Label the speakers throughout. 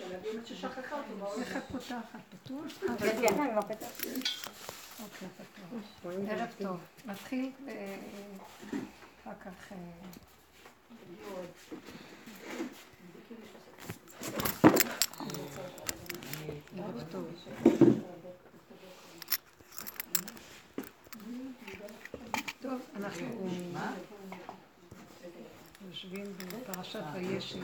Speaker 1: באמת ששכחה אותו.
Speaker 2: איך את פותחת? פתוח?
Speaker 3: כן, כן, אני כבר פתחת.
Speaker 2: אוקיי, פתוח. ערב טוב. נתחיל אחר כך... ערב טוב. טוב, אנחנו יושבים בפרשת וישב.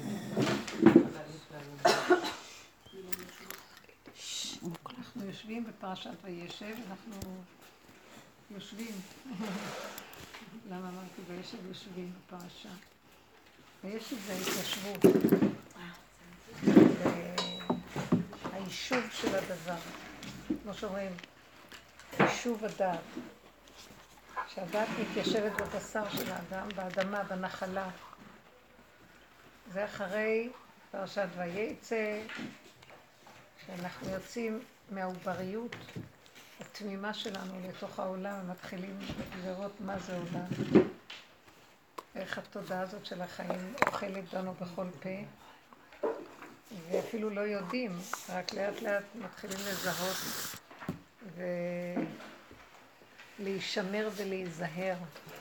Speaker 2: אנחנו יושבים בפרשת וישב, אנחנו יושבים. למה אמרתי וישב יושבים בפרשה? וישב זה ההתיישבות. היישוב של הדבר. כמו שאומרים, יישוב הדעת. שהדעת מתיישבת בבשר של האדם, באדמה, בנחלה. זה אחרי פרשת ויצא, שאנחנו יוצאים מהעובריות התמימה שלנו לתוך העולם, ומתחילים לראות מה זה עולם. איך התודעה הזאת של החיים אוכלת בנו בכל פה, ואפילו לא יודעים, רק לאט לאט מתחילים לזהות ולהישמר ולהיזהר.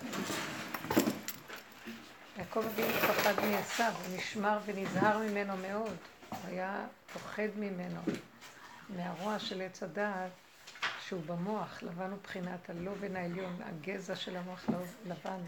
Speaker 2: יעקב אבינו פחד מעשיו, הוא נשמר ונזהר ממנו מאוד. הוא היה פוחד ממנו, מהרוע של עץ הדעת, שהוא במוח. לבן הוא בחינת הלובן העליון, הגזע של המוח לבן.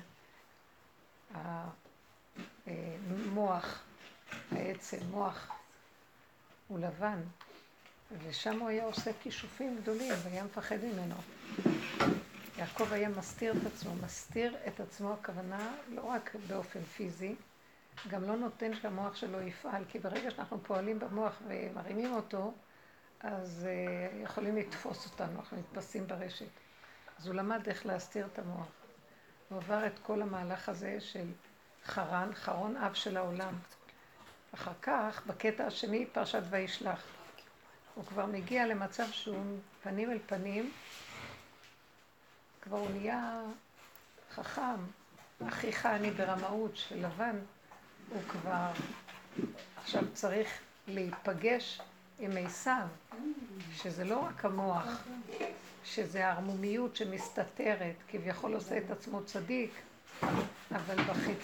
Speaker 2: המוח, העצם, מוח, הוא לבן. ושם הוא היה עושה כישופים גדולים, והיה מפחד ממנו. יעקב היה מסתיר את עצמו, מסתיר את עצמו, הכוונה לא רק באופן פיזי, גם לא נותן שהמוח שלו יפעל, כי ברגע שאנחנו פועלים במוח ומרימים אותו, אז יכולים לתפוס אותנו, אנחנו נתפסים ברשת. אז הוא למד איך להסתיר את המוח. הוא עבר את כל המהלך הזה של חרון אב של העולם. אחר כך, בקטע השני, פרשת וישלח. הוא כבר מגיע למצב שהוא פנים אל פנים, כבר הוא נהיה חכם, אחיך אני ברמאות של לבן, הוא כבר עכשיו צריך להיפגש עם עשיו, שזה לא רק המוח, שזה הערמומיות שמסתתרת, כביכול עושה את עצמו צדיק, אבל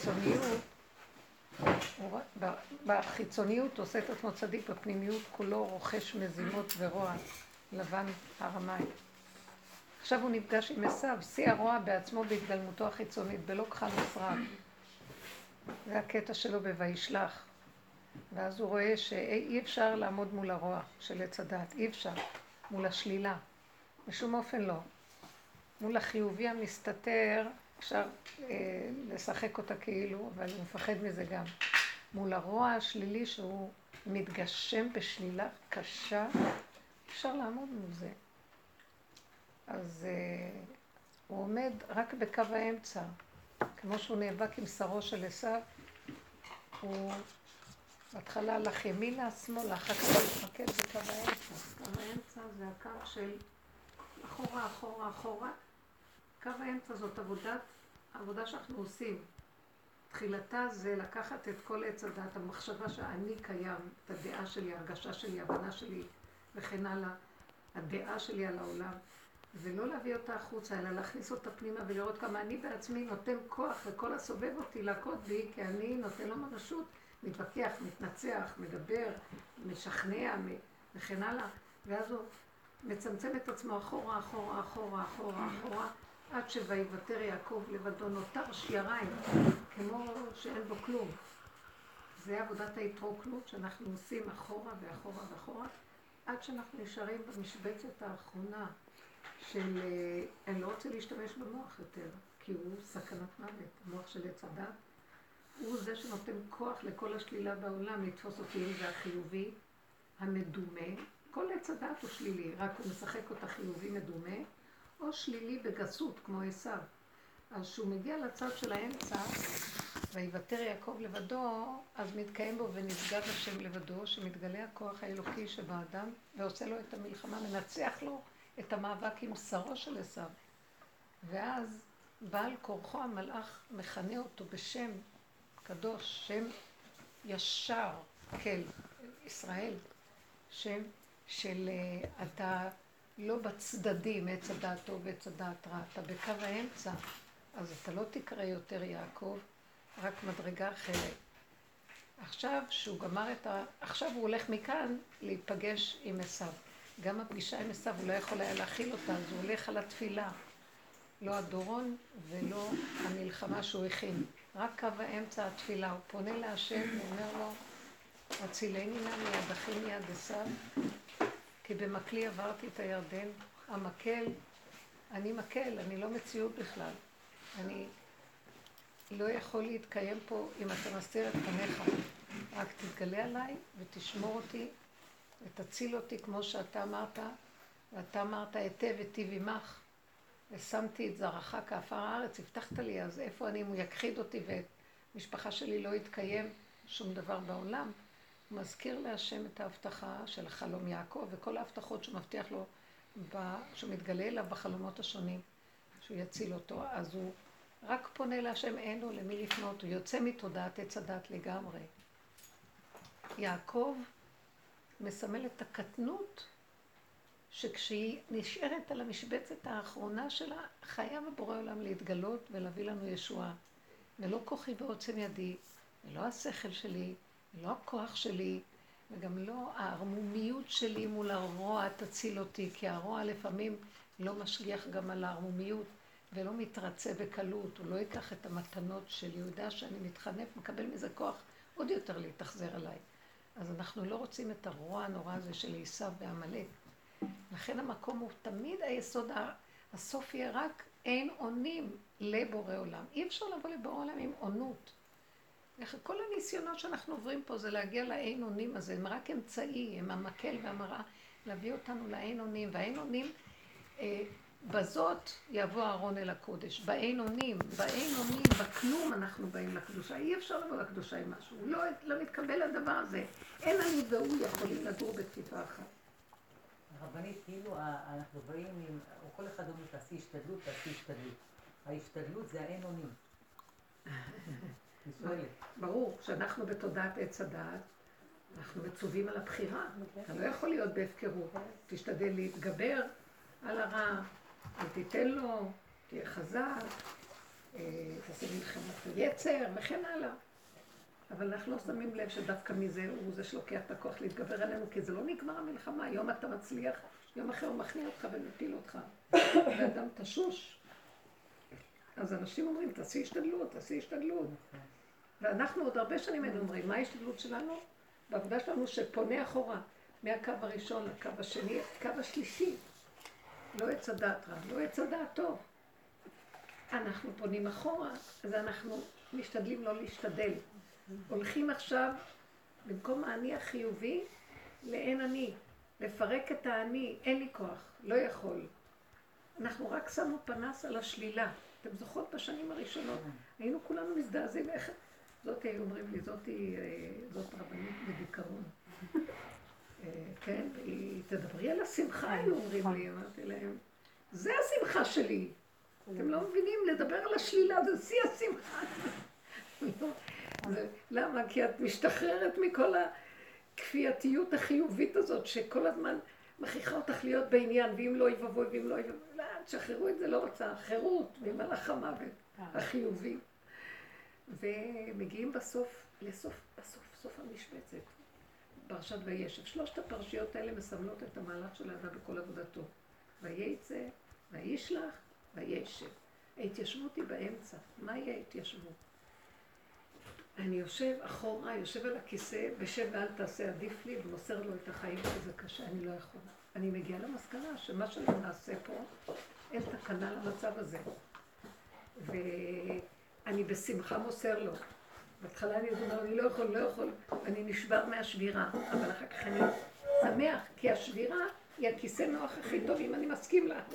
Speaker 2: בחיצוניות עושה את עצמו צדיק, בפנימיות כולו רוכש מזימות ורוע, לבן הרמאי. עכשיו הוא נפגש עם עשיו, שיא הרוע בעצמו בהתגלמותו החיצונית, בלא כחל ושרק. זה הקטע שלו בוישלח. ואז הוא רואה שאי אפשר לעמוד מול הרוע של עץ הדעת, אי אפשר, מול השלילה, בשום אופן לא. מול החיובי המסתתר, אפשר לשחק אותה כאילו, אבל הוא מפחד מזה גם. מול הרוע השלילי שהוא מתגשם בשלילה קשה, אפשר לעמוד מול זה. אז הוא עומד רק בקו האמצע, כמו שהוא נאבק עם שרו של עשיו, הוא בהתחלה הלך ימינה, שמאלה, אחר כך הוא מתמקד בקו האמצע. קו האמצע זה הקו של אחורה, אחורה, אחורה. קו האמצע זאת העבודה שאנחנו עושים. תחילתה זה לקחת את כל עץ הדעת, המחשבה שאני קיים, את הדעה שלי, ההרגשה שלי, ההבנה שלי וכן הלאה, הדעה שלי על העולם, ולא להביא אותה החוצה, אלא להכניס אותה פנימה ולראות כמה אני בעצמי נותן כוח לכל הסובב אותי להכות בי, כי אני נותן לו ממשות, מתווכח, מתנצח, מדבר, משכנע וכן הלאה, ואז הוא מצמצם את עצמו אחורה, אחורה, אחורה, אחורה, אחורה, עד שויוותר יעקב לבדו, נותר שיריים, כמו שאין בו כלום. זה עבודת ההתרוקנות שאנחנו עושים אחורה ואחורה ואחורה, עד שאנחנו נשארים במשבצת האחרונה של, אני לא רוצה להשתמש במוח יותר, כי הוא סכנת מוות, המוח של עץ הדת. הוא זה שנותן כוח לכל השלילה בעולם, לתפוס אותי, אם זה החיובי, המדומה. כל עץ הדת הוא שלילי, רק הוא משחק אותה חיובי מדומה, או שלילי בגסות, כמו עשיו. אז שהוא מגיע לצד של האמצע, ויוותר יעקב לבדו, אז מתקיים בו ונשגב השם לבדו, שמתגלה הכוח האלוקי שבאדם, ועושה לו את המלחמה, מנצח לו את המאבק עם שרו של עשיו. ואז בעל כורחו המלאך מכנה אותו בשם קדוש, שם ישר, כל, ישראל, שם של אתה לא בצדדים, עץ הדעת טוב ועץ הדעת רע, אתה בקו האמצע, אז אתה לא תקרא יותר יעקב, רק מדרגה אחרת. עכשיו שהוא גמר עכשיו הוא הולך מכאן להיפגש עם עשיו. גם הפגישה עם עשיו הוא לא יכול היה להכיל אותה, אז הוא הולך על התפילה. לא הדורון ולא המלחמה שהוא הכין. רק קו האמצע התפילה. הוא פונה להשם ואומר לו, הצילני נא מיד אחי מיד עשיו, כי במקלי עברתי את הירדן. המקל, אני מקל, אני לא מציאות בכלל. אני לא יכול להתקיים פה אם אתה מסתיר את פניך. רק תתגלה עליי ותשמור אותי ותציל אותי כמו שאתה אמרת, ואתה אמרת היטב היטיב עמך, ושמתי את זרעך כעפר הארץ, הבטחת לי, אז איפה אני אם הוא יכחיד אותי ואת משפחה שלי לא יתקיים שום דבר בעולם? הוא מזכיר להשם את ההבטחה של חלום יעקב וכל ההבטחות שהוא מבטיח לו, שהוא מתגלה אליו בחלומות השונים, שהוא יציל אותו. אז הוא רק פונה להשם, אין לו למי לפנות, הוא יוצא מתודעת עץ הדת לגמרי. יעקב מסמל את הקטנות שכשהיא נשארת על המשבצת האחרונה שלה, חייב הבורא עולם להתגלות ולהביא לנו ישועה. ולא כוחי ועוצם ידי, ולא השכל שלי, ולא הכוח שלי, וגם לא הערמומיות שלי מול הרוע תציל אותי, כי הרוע לפעמים לא משגיח גם על הערמומיות, ולא מתרצה בקלות, הוא לא ייקח את המתנות שלי, הוא יודע שאני מתחנף, מקבל מזה כוח עוד יותר להתאכזר עליי. אז אנחנו לא רוצים את הרוע הנורא הזה של עשיו ועמלק. לכן המקום הוא תמיד היסוד, הסוף יהיה רק אין אונים לבורא עולם. אי אפשר לבוא לבורא עולם עם עונות. כל הניסיונות שאנחנו עוברים פה זה להגיע לאין אונים הזה, הם רק אמצעי, הם המקל והמראה, להביא אותנו לאין אונים, והאין אונים, בזאת יבוא הארון אל הקודש, באין אונים, בכלום אנחנו באים לקדושה, אי אפשר לבוא לקדושה עם משהו, לא מתקבל הדבר הזה, אין אני והוא יכולים לדור בכפיפה אחת.
Speaker 1: הרבנית, כאילו אנחנו באים עם, או כל אחד אומר תעשי השתדלות, תעשי השתדלות. ההשתדלות זה האין אונים.
Speaker 2: ברור, שאנחנו בתודעת עץ הדעת, אנחנו מצווים על הבחירה. אתה לא יכול להיות בהפקרות. תשתדל להתגבר על הרע, אל תיתן לו, תהיה חזק, תעשה מלחמת היצר וכן הלאה. אבל אנחנו לא שמים לב שדווקא מזה הוא זה שלוקח את הכוח להתגבר עלינו, כי זה לא נגמר המלחמה. יום אתה מצליח, יום אחר הוא מכניע אותך ומפיל אותך. ואדם תשוש. אז אנשים אומרים, תעשי השתדלות, תעשי השתדלות. ואנחנו עוד הרבה שנים אומרים, מה ההשתדלות שלנו? בעבודה שלנו שפונה אחורה, מהקו הראשון לקו השני, קו השלישי. לא עץ הדעת רע, לא עץ הדעת טוב. אנחנו פונים אחורה, אז אנחנו משתדלים לא להשתדל. הולכים עכשיו, במקום האני החיובי, לאין אני. לפרק את האני, אין לי כוח, לא יכול. אנחנו רק שמו פנס על השלילה. אתם זוכרות בשנים הראשונות, היינו כולנו מזדעזעים, איך... זאת היו אומרים לי, זאת רבנית בדיכאון. כן, תדברי על השמחה, היו אומרים לי, אמרתי להם, זה השמחה שלי. אתם לא מבינים, לדבר על השלילה, זה שיא השמחה. למה? כי את משתחררת מכל הכפייתיות החיובית הזאת, שכל הזמן מכריחה אותך להיות בעניין, ואם לא יבואו, ואם לא יבואו, לא, תשחררו את זה, לא רוצה, חירות ממלאך המוות החיובי. ומגיעים בסוף המשבצת, פרשת וישב. שלושת הפרשיות האלה מסמלות את המהלך של האדם בכל עבודתו. וייצא, וישלח, וישב. ההתיישבות היא באמצע. מהי ההתיישבות? אני יושב אחורה, יושב על הכיסא, ושב ואל תעשה, עדיף לי, ומוסר לו את החיים, שזה קשה, אני לא יכולה. אני מגיעה למסקנה שמה שאני נעשה פה, אין תקנה למצב הזה. ואני בשמחה מוסר לו. בהתחלה אני אומר, אני לא יכול, אני נשבר מהשבירה, אבל אחר כך אני שמח, כי השבירה היא הכיסא נוח הכי טוב, אם אני מסכים לה.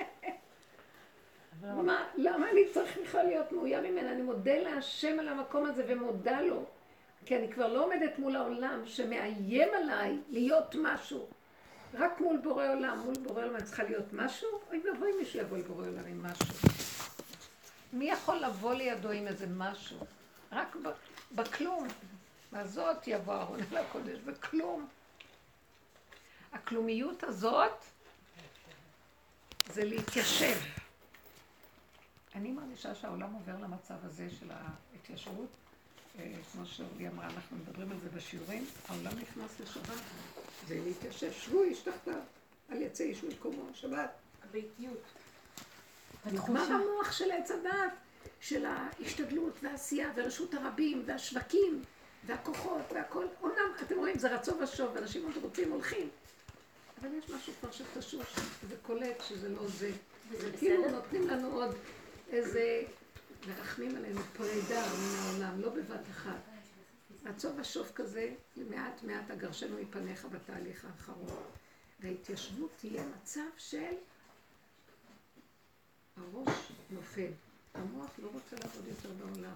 Speaker 2: למה אני צריכה להיות מאוים ממנה? אני מודה להשם על המקום הזה ומודה לו, כי אני כבר לא עומדת מול העולם שמאיים עליי להיות משהו. רק מול בורא עולם, אני צריכה להיות משהו? אוי ואבוי מישהו יבוא לבורא עולם עם משהו. מי יכול לבוא לידו עם איזה משהו? רק בכלום. מהזאת יבוא ארון אל הקודש, וכלום. הכלומיות הזאת זה להתיישב. אני מרגישה שהעולם עובר למצב הזה של ההתיישבות. כמו שאולי אמרה, אנחנו מדברים על זה בשיעורים, העולם נכנס לשבת. זה להתיישב, שבו איש תחתיו, אל יצא איש מקומו, שבת.
Speaker 3: הביתיות.
Speaker 2: נגמר המוח של עץ הדעת, של ההשתדלות והעשייה ורשות הרבים והשווקים והכוחות והכל. אומנם, אתם רואים, זה רצו ושוב, אנשים עוד רוצים, הולכים. אבל יש משהו כבר שתשוש וקולט שזה לא זה. וכאילו נותנים לנו עוד איזה, מרחמים עלינו פרידה מן העולם, לא בבת אחת. רצו ושוב כזה, מעט מעט אגרשנו מפניך בתהליך האחרון. וההתיישבות תהיה מצב של הראש נופל. המוח לא רוצה לעבוד יותר בעולם.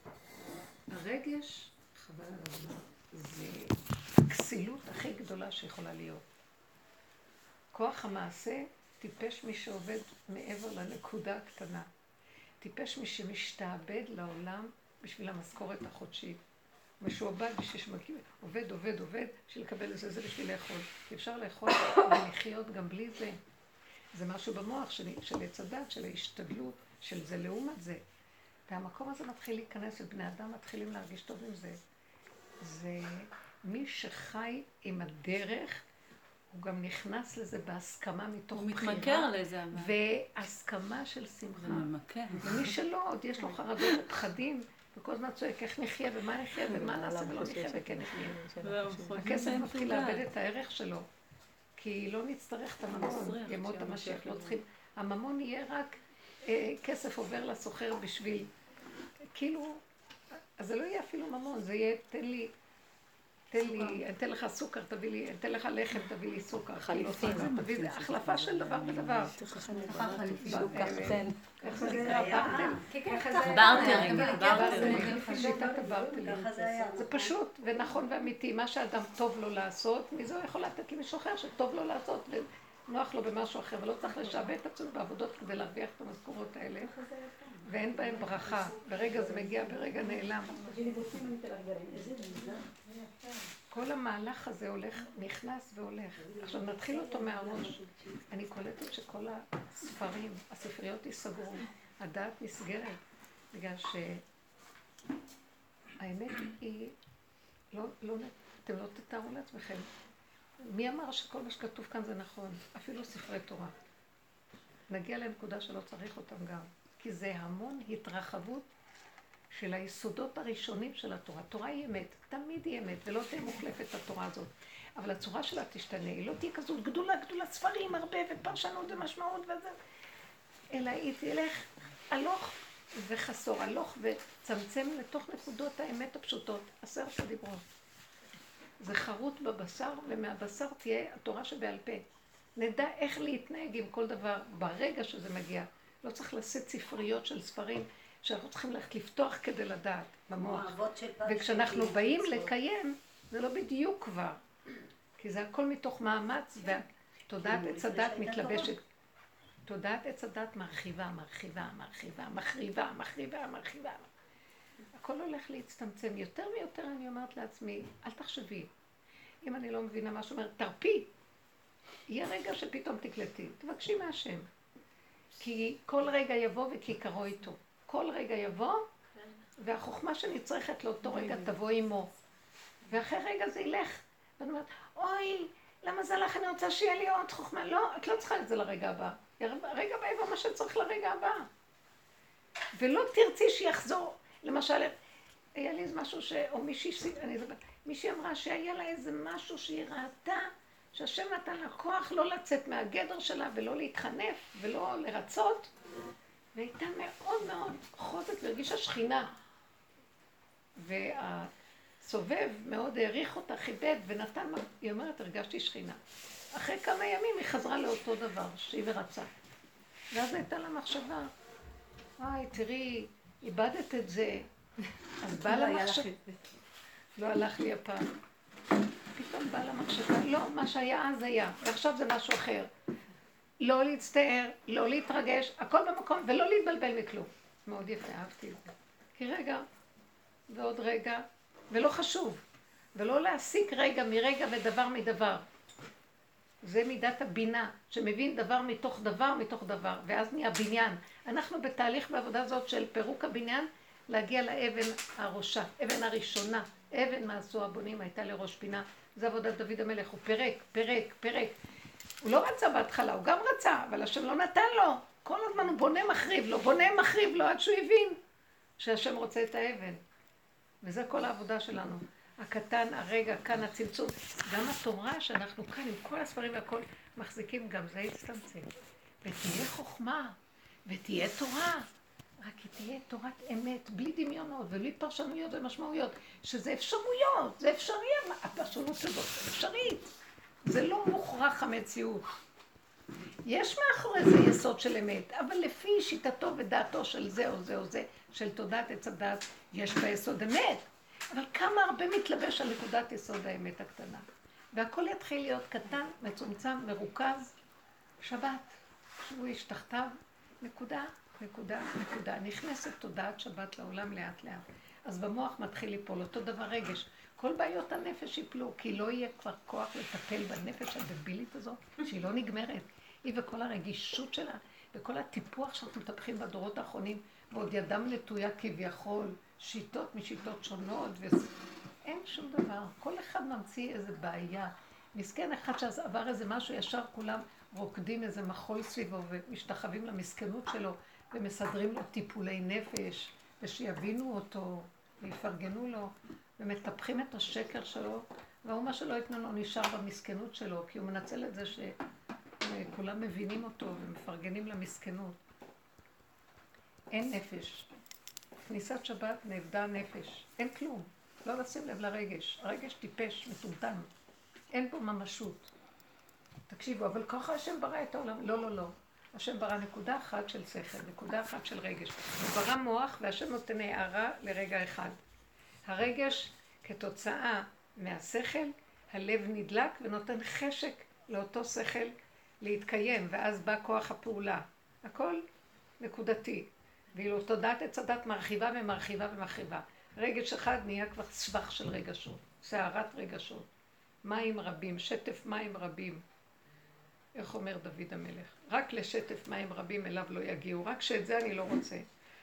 Speaker 2: הרגש, חבל על הזמן, זה הכסילות הכי גדולה שיכולה להיות. כוח המעשה טיפש מי שעובד מעבר לנקודה הקטנה. טיפש מי שמשתעבד לעולם בשביל המשכורת החודשית. משועבד בשביל שמקים, עובד, בשביל לקבל את זה, זה בשביל לאכול. אפשר לאכול ולחיות גם בלי זה. זה משהו במוח של עץ הדת, של ההשתדלות, של זה לעומת זה. והמקום הזה מתחיל להיכנס, ובני אדם מתחילים להרגיש טוב עם זה. זה מי שחי עם הדרך, הוא גם נכנס לזה בהסכמה מתוך בחירה.
Speaker 3: הוא מתמכר לזה.
Speaker 2: והסכמה של שמחה.
Speaker 3: זה ממכר.
Speaker 2: ומי שלא, עוד יש לו חרדות ופחדים, וכל הזמן צועק איך נחיה ומה נחיה ומה נעשה ולא נחיה וכן נחיה. הכסף מתחיל לאבד את הערך שלו. כי לא נצטרך את הממון, ימות המשיח, לא צריכים. הממון יהיה רק כסף עובר לסוחר בשביל, כאילו, אז זה לא יהיה אפילו ממון, זה יהיה, אני אתן לך סוכר, תביא לי, אתן לך לחם, תביא לי סוכר.
Speaker 3: חליפין.
Speaker 2: תביא לי החלפה של דבר בדבר. איך זה נקרא?
Speaker 3: ברטרינג.
Speaker 2: שיטת הברטרינג. זה פשוט ונכון ואמיתי. מה שאדם טוב לו לעשות, מזה הוא יכול לתת למישהו אחר שטוב לו לעשות ונוח לו במשהו אחר, ולא צריך לשעבד את עצמו בעבודות כדי להרוויח את המשכורות האלה. ואין בהם ברכה. ברגע זה מגיע, ברגע נעלם. כל המהלך הזה הולך, נכנס והולך. עכשיו נתחיל אותו מהראש. אני קולטת שכל הספרים, הספריות ייסגרו, הדעת נסגרת, בגלל שהאמת היא, אתם לא תתארו לעצמכם. מי אמר שכל מה שכתוב כאן זה נכון? אפילו ספרי תורה. נגיע לנקודה שלא צריך אותם גם. כי זה המון התרחבות של היסודות הראשונים של התורה. התורה היא אמת, תמיד היא אמת, ולא תהיה מוחלפת התורה הזאת. אבל הצורה שלה תשתנה, היא לא תהיה כזאת גדולה, ספרים הרבה ופרשנות ומשמעות וזה. אלא היא תלך הלוך וחסור, הלוך וצמצם לתוך נקודות האמת הפשוטות, 10 הדיברות. זה חרוט בבשר, ומהבשר תהיה התורה שבעל פה. נדע איך להתנהג עם כל דבר ברגע שזה מגיע. לא צריך לשאת ספריות של ספרים שאנחנו צריכים ללכת לפתוח כדי לדעת במוח. וכשאנחנו באים לקיים, זה לא בדיוק כבר. כי זה הכל מתוך מאמץ, ותודעת עץ הדת מתלבשת. תודעת עץ הדת מרחיבה. הכל הולך להצטמצם. יותר ויותר אני אומרת לעצמי, אל תחשבי. אם אני לא מבינה משהו, אומר, תרפי. יהיה רגע שפתאום תקלטי. תבקשי מהשם. כי כל רגע יבוא וכיכרו איתו. כל רגע יבוא, והחוכמה שנצרכת לאותו רגע תבוא עמו. ואחרי רגע זה ילך. ואני אומרת, אוי, למה זה הלך? אני רוצה שיהיה לי עוד חוכמה. לא, את לא צריכה את זה לרגע הבא. הרגע הבא יבוא מה שצריך לרגע הבא. ולא תרצי שיחזור. למשל, היה לי איזה משהו או מישהי אמרה שהיה לה איזה משהו שהיא ראתה, שהשם נתן לה כוח לא לצאת מהגדר שלה ולא להתחנף ולא לרצות, והייתה מאוד מאוד חוזת והרגישה שכינה. והסובב מאוד העריך אותה, חידד ונתן, היא אומרת, הרגשתי שכינה. אחרי כמה ימים היא חזרה לאותו דבר שהיא ורצה. ואז הייתה לה מחשבה, וואי, תראי, איבדת את זה. אז בא לה מחשבה. לא הלך לי הפעם. פתאום בא לה מחשבה, לא, מה שהיה אז היה, ועכשיו זה משהו אחר. לא להצטער, לא להתרגש, הכל במקום, ולא להתבלבל מכלום. מאוד יפה, אהבתי את זה. כי רגע, ועוד רגע, ולא חשוב. ולא להסיק רגע מרגע ודבר מדבר. זה מידת הבינה, שמבין דבר מתוך דבר מתוך דבר, ואז נהיה בניין. אנחנו בתהליך בעבודה הזאת של פירוק הבניין, להגיע לאבן הראשה, אבן הראשונה. אבן מעשו הבונים הייתה לראש פינה. זה עבודת דוד המלך, הוא פירק. הוא לא רצה בהתחלה, הוא גם רצה, אבל השם לא נתן לו. כל הזמן הוא בונה מחריב לו, עד שהוא הבין שהשם רוצה את האבן. וזה כל העבודה שלנו. הקטן, הרגע, כאן הצמצום. גם התורה שאנחנו כאן עם כל הספרים והכל מחזיקים, גם זה יצטמצם. ותהיה חוכמה, ותהיה תורה. רק היא תהיה תורת אמת, בלי דמיונות ובלי פרשנויות ומשמעויות. שזה אפשרויות, זה אפשרי, הפרשנות הזאת אפשרית. זה לא מוכרח המציאות. יש מאחורי זה יסוד של אמת, אבל לפי שיטתו ודעתו של זה או זה או זה, של תודעת עץ הדעת, יש בה יסוד אמת. אבל כמה הרבה מתלבש על נקודת יסוד האמת הקטנה. והכל יתחיל להיות קטן, מצומצם, מרוכז, שבת. שבו יש תחתיו, נקודה. נכנסת תודעת שבת לעולם לאט לאט. אז במוח מתחיל ליפול אותו דבר רגש. כל בעיות הנפש ייפלו, כי לא יהיה כבר כוח לטפל בנפש הדבילית הזאת, שהיא לא נגמרת. היא וכל הרגישות שלה, וכל הטיפוח שאנחנו מטפחים בדורות האחרונים, ועוד ידם נטויה כביכול, שיטות משיטות שונות, אין שום דבר. כל אחד ממציא איזה בעיה. מסכן אחד שעבר איזה משהו, ישר כולם רוקדים איזה מחול סביבו, ומשתחווים למסכנות שלו, ומסדרים לו טיפולי נפש, ושיבינו אותו, ויפרגנו לו, ומטפחים את השקר שלו, והאומה שלא יתנו לו נשאר במסכנות שלו, כי הוא מנצל את זה שכולם מבינים אותו ומפרגנים למסכנות. אין נפש. כניסת שבת נאבדה נפש. אין כלום. לא לשים לב לרגש. הרגש טיפש, מטומטם. אין פה ממשות. תקשיבו, אבל ככה השם ברא את העולם. לא. השם ברא נקודה אחת של שכל, נקודה אחת של רגש. הוא ברא מוח והשם נותן הערה לרגע אחד. הרגש כתוצאה מהשכל, הלב נדלק ונותן חשק לאותו שכל להתקיים, ואז בא כוח הפעולה. הכל נקודתי. ואילו תודעת עץ הדת מרחיבה ומרחיבה. רגש אחד נהיה כבר סבך של רגשות, סערת רגשות. מים רבים, שטף מים רבים. איך אומר דוד המלך? רק לשטף מים רבים אליו לא יגיעו, רק שאת זה אני לא רוצה.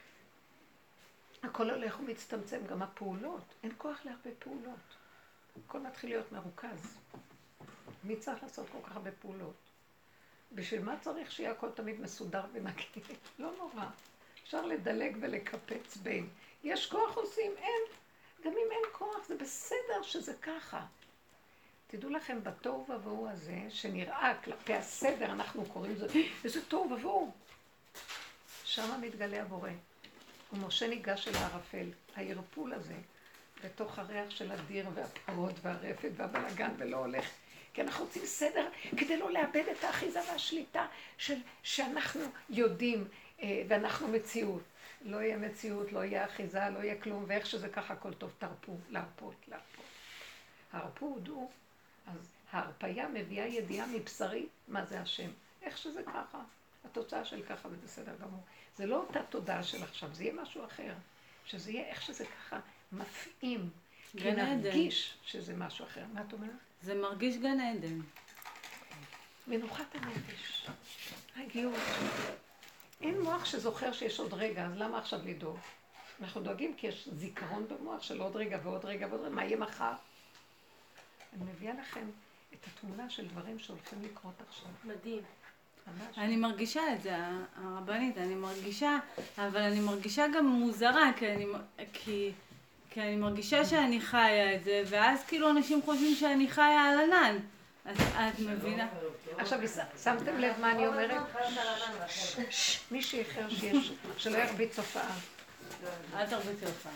Speaker 2: הכל הולך ומצטמצם, גם הפעולות. אין כוח להרבה פעולות. הכל מתחיל להיות מרוכז. מי צריך לעשות כל כך הרבה פעולות? בשביל מה צריך שיהיה הכל תמיד מסודר ונקי? לא נורא. אפשר לדלג ולקפץ בין. יש כוח עושים? אין. גם אם אין כוח, זה בסדר שזה ככה. תדעו לכם, בתוהו ובוהו הזה, שנראה כלפי הסדר, אנחנו קוראים לזה, איזה תוהו ובוהו. שם מתגלה הבורא. ומשה ניגש אל הערפל, הערפול הזה, בתוך הריח של הדיר והפרות והרפת והבלגן ולא הולך. כי אנחנו רוצים סדר כדי לא לאבד את האחיזה והשליטה שאנחנו יודעים ואנחנו מציאות. לא יהיה מציאות, לא יהיה אחיזה, לא יהיה כלום, ואיך שזה ככה הכל טוב, תרפו, להרפות. הרפו הודעו, אז ההרפיה מביאה ידיעה מבשרי מה זה השם. איך שזה ככה, התוצאה של ככה זה בסדר גמור. זה לא אותה תודעה של עכשיו, זה יהיה משהו אחר. שזה יהיה איך שזה ככה מפעים. כי נרגיש שזה משהו אחר. מה את אומרת?
Speaker 3: זה מרגיש גן עדן.
Speaker 2: מנוחת הנפש. רגיעות. אין מוח שזוכר שיש עוד רגע, אז למה עכשיו לדאוג? אנחנו דואגים כי יש זיכרון במוח של עוד רגע ועוד רגע ועוד רגע. מה יהיה מחר? אני מביאה לכם את התמונה של דברים שהולכים לקרות עכשיו.
Speaker 3: מדהים. אני מרגישה את זה, הרבנית, אני מרגישה, אבל אני מרגישה גם מוזרה, כי אני מרגישה שאני חיה את זה, ואז כאילו אנשים חושבים שאני חיה על ענן. את מבינה?
Speaker 2: עכשיו, שמתם לב מה אני אומרת? מישהי אחר שיש, שלא ירביץ הופעה.
Speaker 3: אל תרביצי הופעה.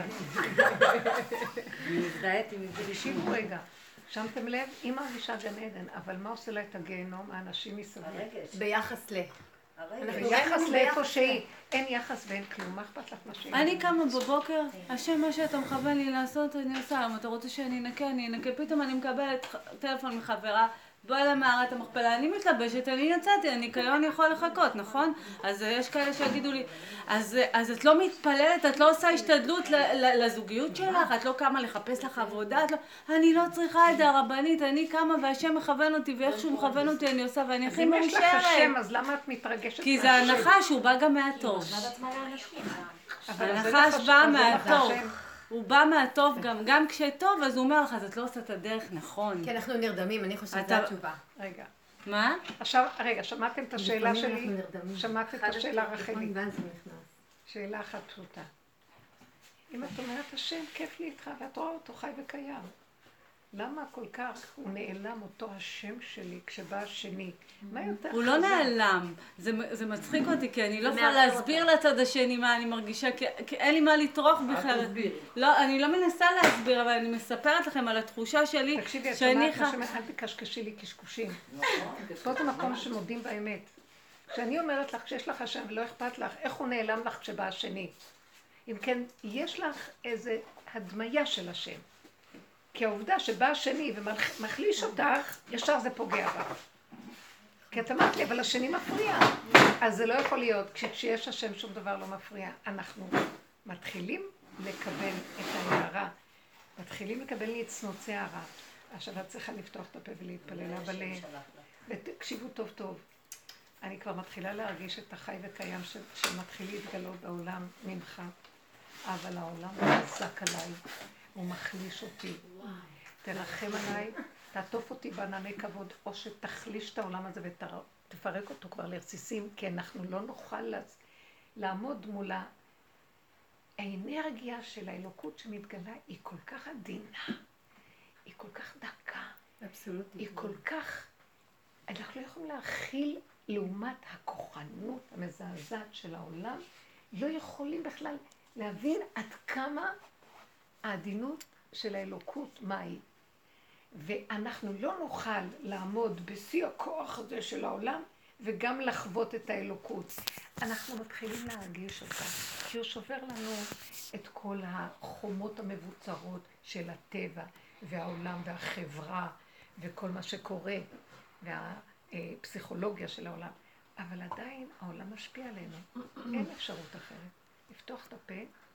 Speaker 2: אני מזדהית עם זה. תקשיבו רגע. שמתם לב? היא מרגישה גן עדן, אבל מה עושה לה את הגיהנום? האנשים מסביב.
Speaker 4: ביחס ל...
Speaker 2: ביחס לאיפה שהיא. אין יחס ואין כלום. מה אכפת לך מה שהיא?
Speaker 3: אני קמה בבוקר, השם מה שאתה מכוון לי לעשות אני עושה. אם אתה רוצה שאני אנקה, אני אנקה. פתאום אני מקבלת טלפון מחברה, בוא למערת המכפלה, אני מתלבשת, אני יצאתי, הניקיון יכול לחכות, נכון? אז יש כאלה שיגידו לי, אז את לא מתפללת, את לא עושה השתדלות לזוגיות שלך, את לא קמה לחפש לך עבודה, אני לא צריכה את זה, הרבנית, אני קמה והשם מכוון אותי, ואיך שהוא מכוון אותי אני עושה, ואני הכי מאושרת.
Speaker 2: אז אם יש לך השם, אז למה את מתרגשת?
Speaker 3: כי זה הנחש, הוא בא גם מהטוב. הנחש בא מהטוב. הוא בא מהטוב גם כשטוב, אז הוא אומר לך, אז את לא עושה את הדרך נכון.
Speaker 4: כי אנחנו נרדמים, אני חושבת, זו התשובה.
Speaker 2: רגע.
Speaker 3: מה?
Speaker 2: עכשיו, רגע, שמעתם את השאלה שלי? שמעתם את השאלה רחלי? שאלה אחת פשוטה. אם את אומרת, השם, כיף לי איתך, ואת רואה אותו חי וקיים. למה כל כך הוא נעלם אותו השם שלי כשבא השני? מה יותר חזק?
Speaker 3: הוא לא נעלם. זה מצחיק אותי, כי אני לא יכולה להסביר לצד השני מה אני מרגישה, כי אין לי מה לטרוח בכלל. לא, אני לא מנסה להסביר, אבל אני מספרת לכם על התחושה שלי.
Speaker 2: תקשיבי, את שמעת מה שאומרת, אל תקשקשי לי קשקושים. פה זה מקום שמודים באמת. כשאני אומרת לך, כשיש לך השם ולא אכפת לך, איך הוא נעלם לך כשבא השני? אם כן, יש לך איזה הדמיה של השם. כי העובדה שבא השני ומחליש אותך, ישר זה פוגע בך. כי את אמרת לי, אבל השני מפריע. אז זה לא יכול להיות. כשיש השם שום דבר לא מפריע. אנחנו מתחילים לקבל את ההערה. מתחילים לקבל נצנוצי הערה. עכשיו את צריכה לפתוח את הפה ולהתפלל. אבל תקשיבו טוב טוב. אני כבר מתחילה להרגיש את החי וקיים שמתחיל להתגלות בעולם ממך. אבל העולם חזק עליי. הוא מחליש אותי. תרחם עליי, תעטוף אותי בענני כבוד, או שתחליש את העולם הזה ותפרק אותו כבר לרסיסים, כי אנחנו לא נוכל לעמוד מול האנרגיה של האלוקות שמתגלה, היא כל כך עדינה, היא כל כך דקה, היא כל כך, אנחנו לא יכולים להכיל לעומת הכוחנות המזעזעת של העולם, לא יכולים בכלל להבין עד כמה העדינות של האלוקות מהי. ואנחנו לא נוכל לעמוד בשיא הכוח הזה של העולם וגם לחוות את האלוקות. אנחנו מתחילים להרגיש אותה, כי הוא שובר לנו את כל החומות המבוצרות של הטבע והעולם והחברה וכל מה שקורה והפסיכולוגיה של העולם. אבל עדיין העולם משפיע עלינו. אין אפשרות אחרת. לפתוח את הפה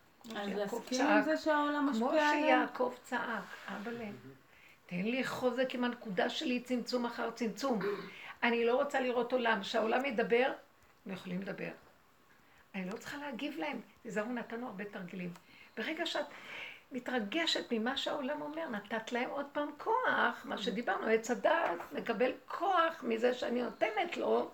Speaker 2: כמו שיעקב צעק, אבאלה, תן לי חוזק עם הנקודה שלי צמצום אחר צמצום. אני לא רוצה לראות עולם, שהעולם ידבר, לא יכולים לדבר. אני לא צריכה להגיב להם, תזהרו, נתנו הרבה תרגילים. ברגע שאת מתרגשת ממה שהעולם אומר, נתת להם עוד פעם כוח, מה שדיברנו, עץ הדעת, לקבל כוח מזה שאני נותנת לו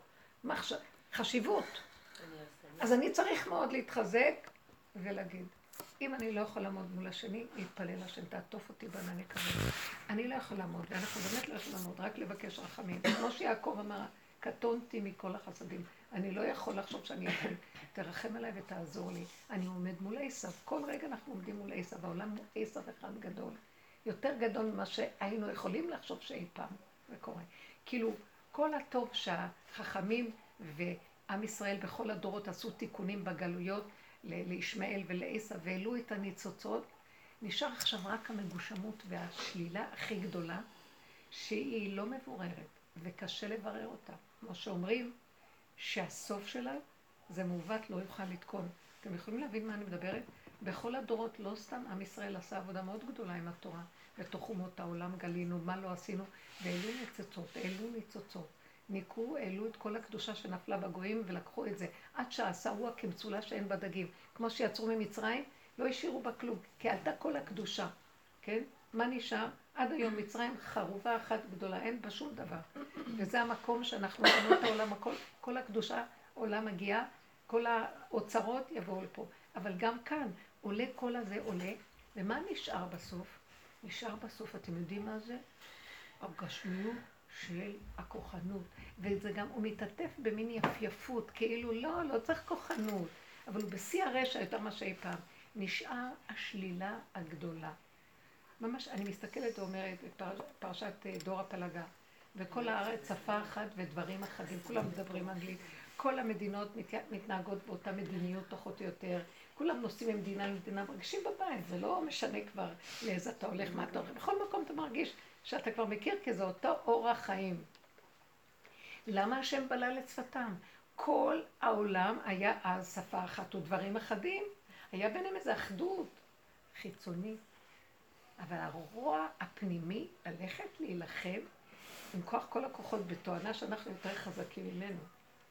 Speaker 2: חשיבות. אז אני צריך מאוד להתחזק ולהגיד, אם אני לא יכול לעמוד מול השני, להתפלל השם, תעטוף אותי בענני כבוד. אני לא יכול לעמוד, ואנחנו באמת לא יכולים לעמוד, רק לבקש רחמים. כמו שיעקב אמר, קטונתי מכל החסדים. אני לא יכול לחשוב שאני יכול. תרחם עליי ותעזור לי. אני עומד מול עשיו. כל רגע אנחנו עומדים מול עשיו. העולם הוא עשיו אחד גדול. יותר גדול ממה שהיינו יכולים לחשוב שאי פעם זה קורה. כאילו, כל הטוב שהחכמים ועם ישראל בכל הדורות עשו תיקונים בגלויות, לישמעאל ולעשיו והעלו את הניצוצות, נשאר עכשיו רק המגושמות והשלילה הכי גדולה, שהיא לא מבוררת וקשה לברר אותה. כמו שאומרים שהסוף שלה זה מעוות, לא יוכל לתקון. אתם יכולים להבין מה אני מדברת? בכל הדורות לא סתם עם ישראל עשה עבודה מאוד גדולה עם התורה. בתוך אומות העולם גלינו, מה לא עשינו, והעלו ניצוצות. ניקו, העלו את כל הקדושה שנפלה בגויים ולקחו את זה. עד שעשהו כמצולה שאין בדגים. כמו שיצרו ממצרים, לא השאירו בה כלום, כי עלתה כל הקדושה. כן? מה נשאר? עד היום מצרים חרובה אחת גדולה, אין בה שום דבר. וזה המקום שאנחנו רואים את העולם, כל הקדושה עולה מגיעה, כל האוצרות יבואו לפה. אבל גם כאן עולה כל הזה עולה, ומה נשאר בסוף? נשאר בסוף, אתם יודעים מה זה? הגשמיות של הכוחנות. וזה גם, הוא מתעטף במין יפייפות, כאילו לא צריך כוחנות, אבל הוא בשיא הרשע יותר מה שאי פעם. נשאר השלילה הגדולה. ממש, אני מסתכלת ואומרת את פרשת דור הפלגה. וכל הארץ שפה אחת ודברים אחדים, כולם מדברים אנגלית, כל המדינות מתנהגות באותה מדיניות פחות או יותר, כולם נוסעים ממדינה למדינה, מרגישים בבית, זה לא משנה כבר לאיזה אתה הולך, מה אתה הולך, בכל מקום אתה מרגיש שאתה כבר מכיר, כי זה אותו אורח חיים. למה השם בלל את שפתם? כל העולם היה אז שפה אחת ודברים אחדים, היה ביניהם איזו אחדות חיצונית. אבל הרוע הפנימי, ללכת להילחם עם כוח כל הכוחות בתואנה שאנחנו יותר חזקים ממנו.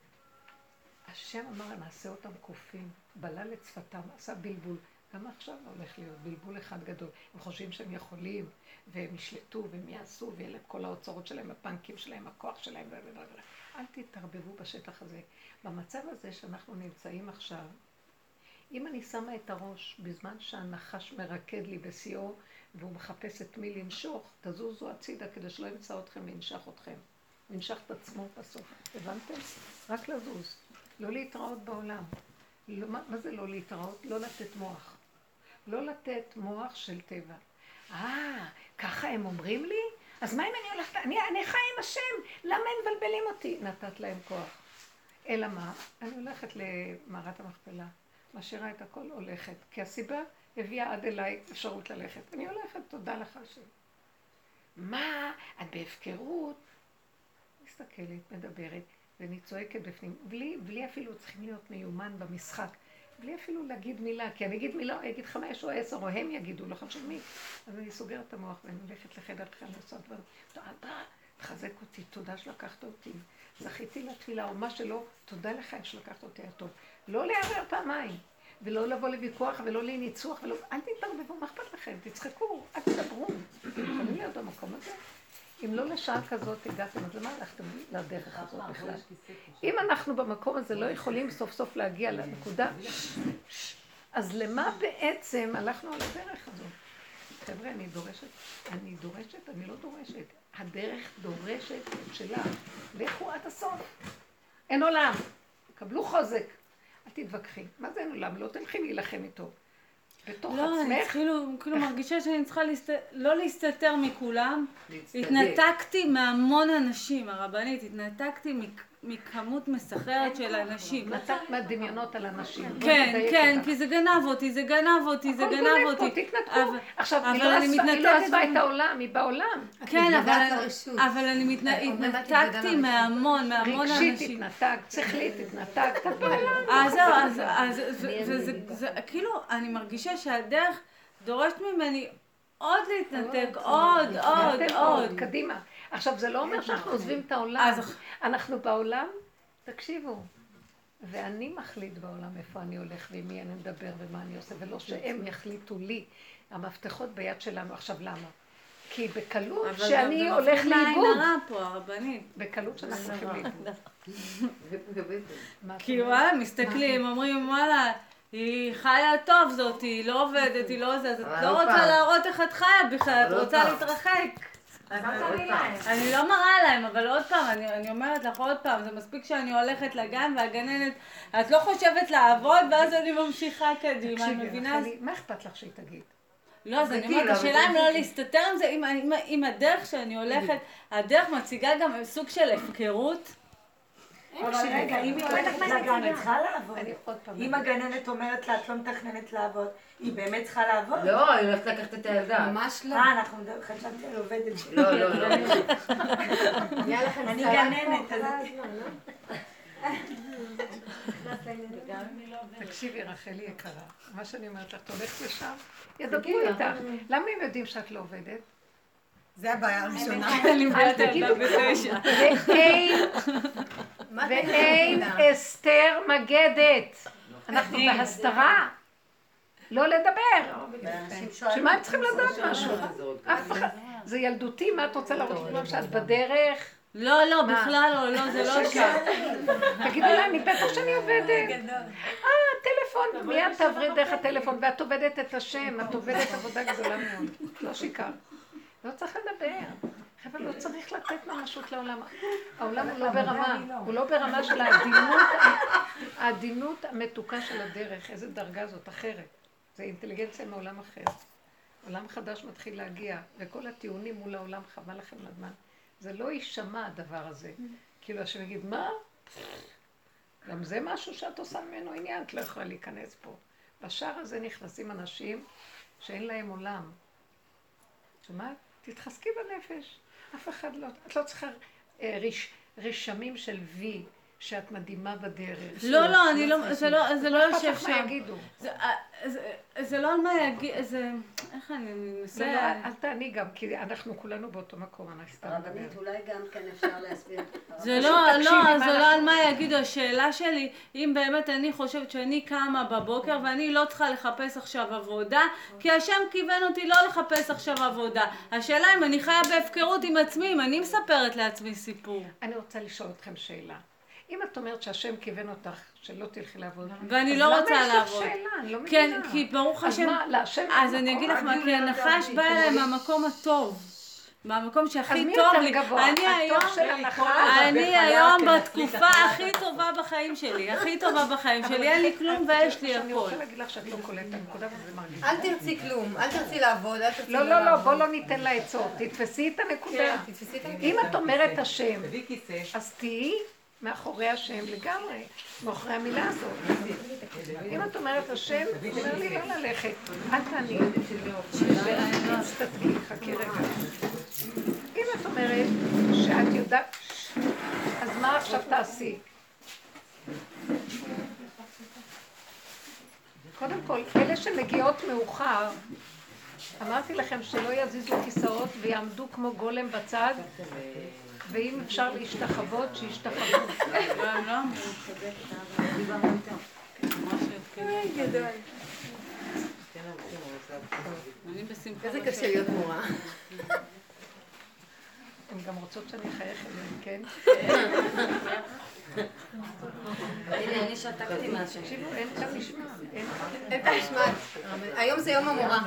Speaker 2: השם אמר, נעשה אותם קופים, בלל את שפתם, עשה בלבול. גם עכשיו הולך להיות בלבול אחד גדול. הם חושבים שהם יכולים, והם ישלטו, והם יעשו, ויהיה להם כל האוצרות שלהם, הבנקים שלהם, הכוח שלהם, אל תתערבבו בשטח הזה. במצב הזה שאנחנו נמצאים עכשיו, אם אני שמה את הראש בזמן שהנחש מרקד לי בשיאו, והוא מחפש את מי לנשוך, תזוזו הצידה כדי שלא ימצא אתכם וינשך אתכם. ננשך את עצמו בסוף. הבנתם? רק לזוז. לא להתראות בעולם. לא, מה זה לא להתראות? לא לתת מוח. לא לתת מוח של טבע. ככה הם אומרים לי? אז מה אם אני הולכת? אני חי עם השם. למה הם מבלבלים אותי? נתת להם כוח. אלא מה? אני הולכת למערת המכפלה. משאירה את הכל הולכת. כי הסיבה הביאה עד אליי אפשרות ללכת. אני הולכת, תודה לך השם. מה? את בהפקרות? מסתכלת, מדברת, ואני צועקת בפנים. בלי אפילו צריכים להיות מיומן במשחק. בלי אפילו להגיד מילה, כי אני אגיד מילה, אני אגיד 5 או 10, או הם יגידו, לא חשוב מי. אז אני סוגרת את המוח ואני הולכת לחדר אחר לעשות דברים. תודה, תחזק אותי, תודה שלקחת אותי. זכיתי לתפילה, או מה שלא, תודה לך שלקחת אותי הטוב. לא לערער פעמיים, ולא לבוא לוויכוח, ולא לניצוח, אל תתערבבו, מה אכפת לכם? תצחקו, אל תדברו. יכולים להיות במקום הזה. אם לא לשעה כזאת הגעתם, אז למה הלכתם לדרך הזאת בכלל? אם אנחנו במקום הזה לא יכולים סוף סוף להגיע לנקודה, אז למה בעצם הלכנו על הדרך הזאת? חבר'ה, אני לא דורשת. הדרך דורשת שלה. לכו עד הסוף. אין עולם. קבלו חוזק. אל תתווכחי. מה זה אין עולם? לא תלכי להילחם איתו. בתוך עצמך.
Speaker 3: לא, אני כאילו מרגישה שאני צריכה לא להסתתר מכולם. התנתקתי מהמון אנשים, הרבנית. התנתקתי מכמות מסחררת של אנשים.
Speaker 2: נתקת מהדמיונות על אנשים.
Speaker 3: כן, כי זה גנב אותי.
Speaker 2: הכל גונב פה, תתנתקו. עכשיו, היא לא עזבה את העולם, היא בעולם.
Speaker 3: כן, אבל אני התנתקתי מהמון אנשים.
Speaker 2: רגשית התנתקת, שכלית התנתקת.
Speaker 3: אז זה כאילו, אני מרגישה שהדרך דורשת ממני עוד להתנתק, עוד.
Speaker 2: קדימה. עכשיו, זה לא אומר שאנחנו עוזבים את העולם. אנחנו בעולם, תקשיבו, ואני מחליט בעולם איפה אני הולך ועם מי אני מדבר ומה אני עושה, ולא שהם יחליטו לי. המפתחות ביד שלנו. עכשיו, למה? כי בקלות שאני הולך לאיבוד. בקלות שאנחנו הולכים לאיבוד.
Speaker 3: כי וואלה, מסתכלים, אומרים וואלה, היא חיה טוב זאת, היא לא עובדת, היא לא זה, אז את לא רוצה להראות איך את חיה בכלל, את רוצה להתרחק. אני לא מראה להם, אבל עוד פעם, אני אומרת לך עוד פעם, זה מספיק שאני הולכת לגן והגננת, את לא חושבת לעבוד ואז אני ממשיכה קדימה, אני מבינה?
Speaker 2: מה אכפת לך שהיא תגיד?
Speaker 3: לא, אז אני אומרת, השאלה אם לא להסתתר עם זה, אם הדרך שאני הולכת, הדרך מציגה גם סוג של הפקרות.
Speaker 5: אבל רגע, אם היא הולכת לגן, היא צריכה לעבוד. אם הגננת אומרת לה, את לא מתכננת לעבוד, היא באמת צריכה לעבוד?
Speaker 4: לא, היא הולכת לקחת את הילדה.
Speaker 5: ממש לא. אנחנו חשבתי על עובדת שלי.
Speaker 4: לא.
Speaker 5: אני גננת, אז...
Speaker 2: תקשיבי, רחלי יקרה, מה שאני אומרת לך, את הולכת לשם, ידברו איתך. למה הם יודעים שאת לא עובדת?
Speaker 5: זה הבעיה הראשונה.
Speaker 2: ואין אסתר מגדת. אנחנו בהסתרה. לא לדבר. שמה הם צריכים לדעת משהו? זה ילדותי, מה את רוצה להראות לנו שאת בדרך?
Speaker 3: לא, בכלל לא, זה לא שם.
Speaker 2: תגידי לה, אני בטח שאני עובדת. טלפון, מיד תעברי דרך הטלפון, ואת עובדת את השם, את עובדת עבודה גדולה מאוד. לא שיקר. לא צריך לדבר. אבל לא צריך לתת ממשות לעולם. העולם הוא לא ברמה, הוא לא ברמה של העדינות המתוקה של הדרך. איזה דרגה זאת אחרת. זה אינטליגנציה מעולם אחר. עולם חדש מתחיל להגיע, וכל הטיעונים מול העולם חבל לכם לזמן. זה לא יישמע הדבר הזה. כאילו השם יגיד, מה? גם זה משהו שאת עושה ממנו עניין, את לא יכולה להיכנס פה. בשער הזה נכנסים אנשים שאין להם עולם. שומעת? תתחזקי בנפש. אף אחד לא, את לא צריכה רשמים של וי, שאת מדהימה בדרך.
Speaker 3: לא, אני לא, זה לא יושב שם.
Speaker 2: מה יגידו?
Speaker 3: זה לא על מה יגיד, איך אני מנסה...
Speaker 2: לא, אל תעני גם, כי אנחנו כולנו באותו מקום, אני סתם מדבר.
Speaker 6: רבנית, אולי גם כן אפשר להסביר.
Speaker 3: זה לא על מה יגידו, השאלה שלי, אם באמת אני חושבת שאני קמה בבוקר ואני לא צריכה לחפש עכשיו עבודה, כי השם כיוון אותי לא לחפש עכשיו עבודה. השאלה אם אני חיה בהפקרות עם עצמי, אם אני מספרת לעצמי סיפור.
Speaker 2: אני רוצה לשאול אתכם שאלה. אם את אומרת שהשם כיוון אותך, שלא תלכי לעבוד,
Speaker 3: ואני לא רוצה לעבוד.
Speaker 2: אז למה יש לך שאלה? אני לא מבינה.
Speaker 3: כן, כי ברוך השם... אז אני אגיד לך מה, כי הנחש בא אליי מהמקום הטוב. מהמקום שהכי טוב לי. אני היום בתקופה הכי טובה בחיים שלי. הכי טובה בחיים שלי. אין לי כלום ויש לי
Speaker 2: אני
Speaker 3: הכל.
Speaker 2: רוצה להגיד לך שאת לא קולטת הנקודה וזה מרגיש.
Speaker 4: אל תרצי כלום, אל תרצי לעבוד, אל תרצי...
Speaker 2: לא, בוא לא ניתן לה עצות. תתפסי את הנקודה. אם את אומרת השם, אז תהיי מאחורי השם לגמרי, מאחורי המילה הזאת. אם את אומרת השם, אומר לי לא ללכת, אל תעני. תסתתקי, חכי רגע. אם את אומרת שאת יודעת, אז מה עכשיו תעשי? קודם כל, אלה שמגיעות מאוחר, אמרתי לכם שלא יזיזו כיסאות ויעמדו כמו גולם בצד, ואם אפשר להשתחוות, שישתחוות.
Speaker 3: לא,
Speaker 4: גדול. איזה קשה להיות מורה.
Speaker 2: הן גם רוצות שאני אחייך אליהן, כן?
Speaker 6: הנה, אני שתקתי מהשם.
Speaker 2: תקשיבו, אין כאן משמע.
Speaker 4: אין כאן משמע. היום זה יום המורה.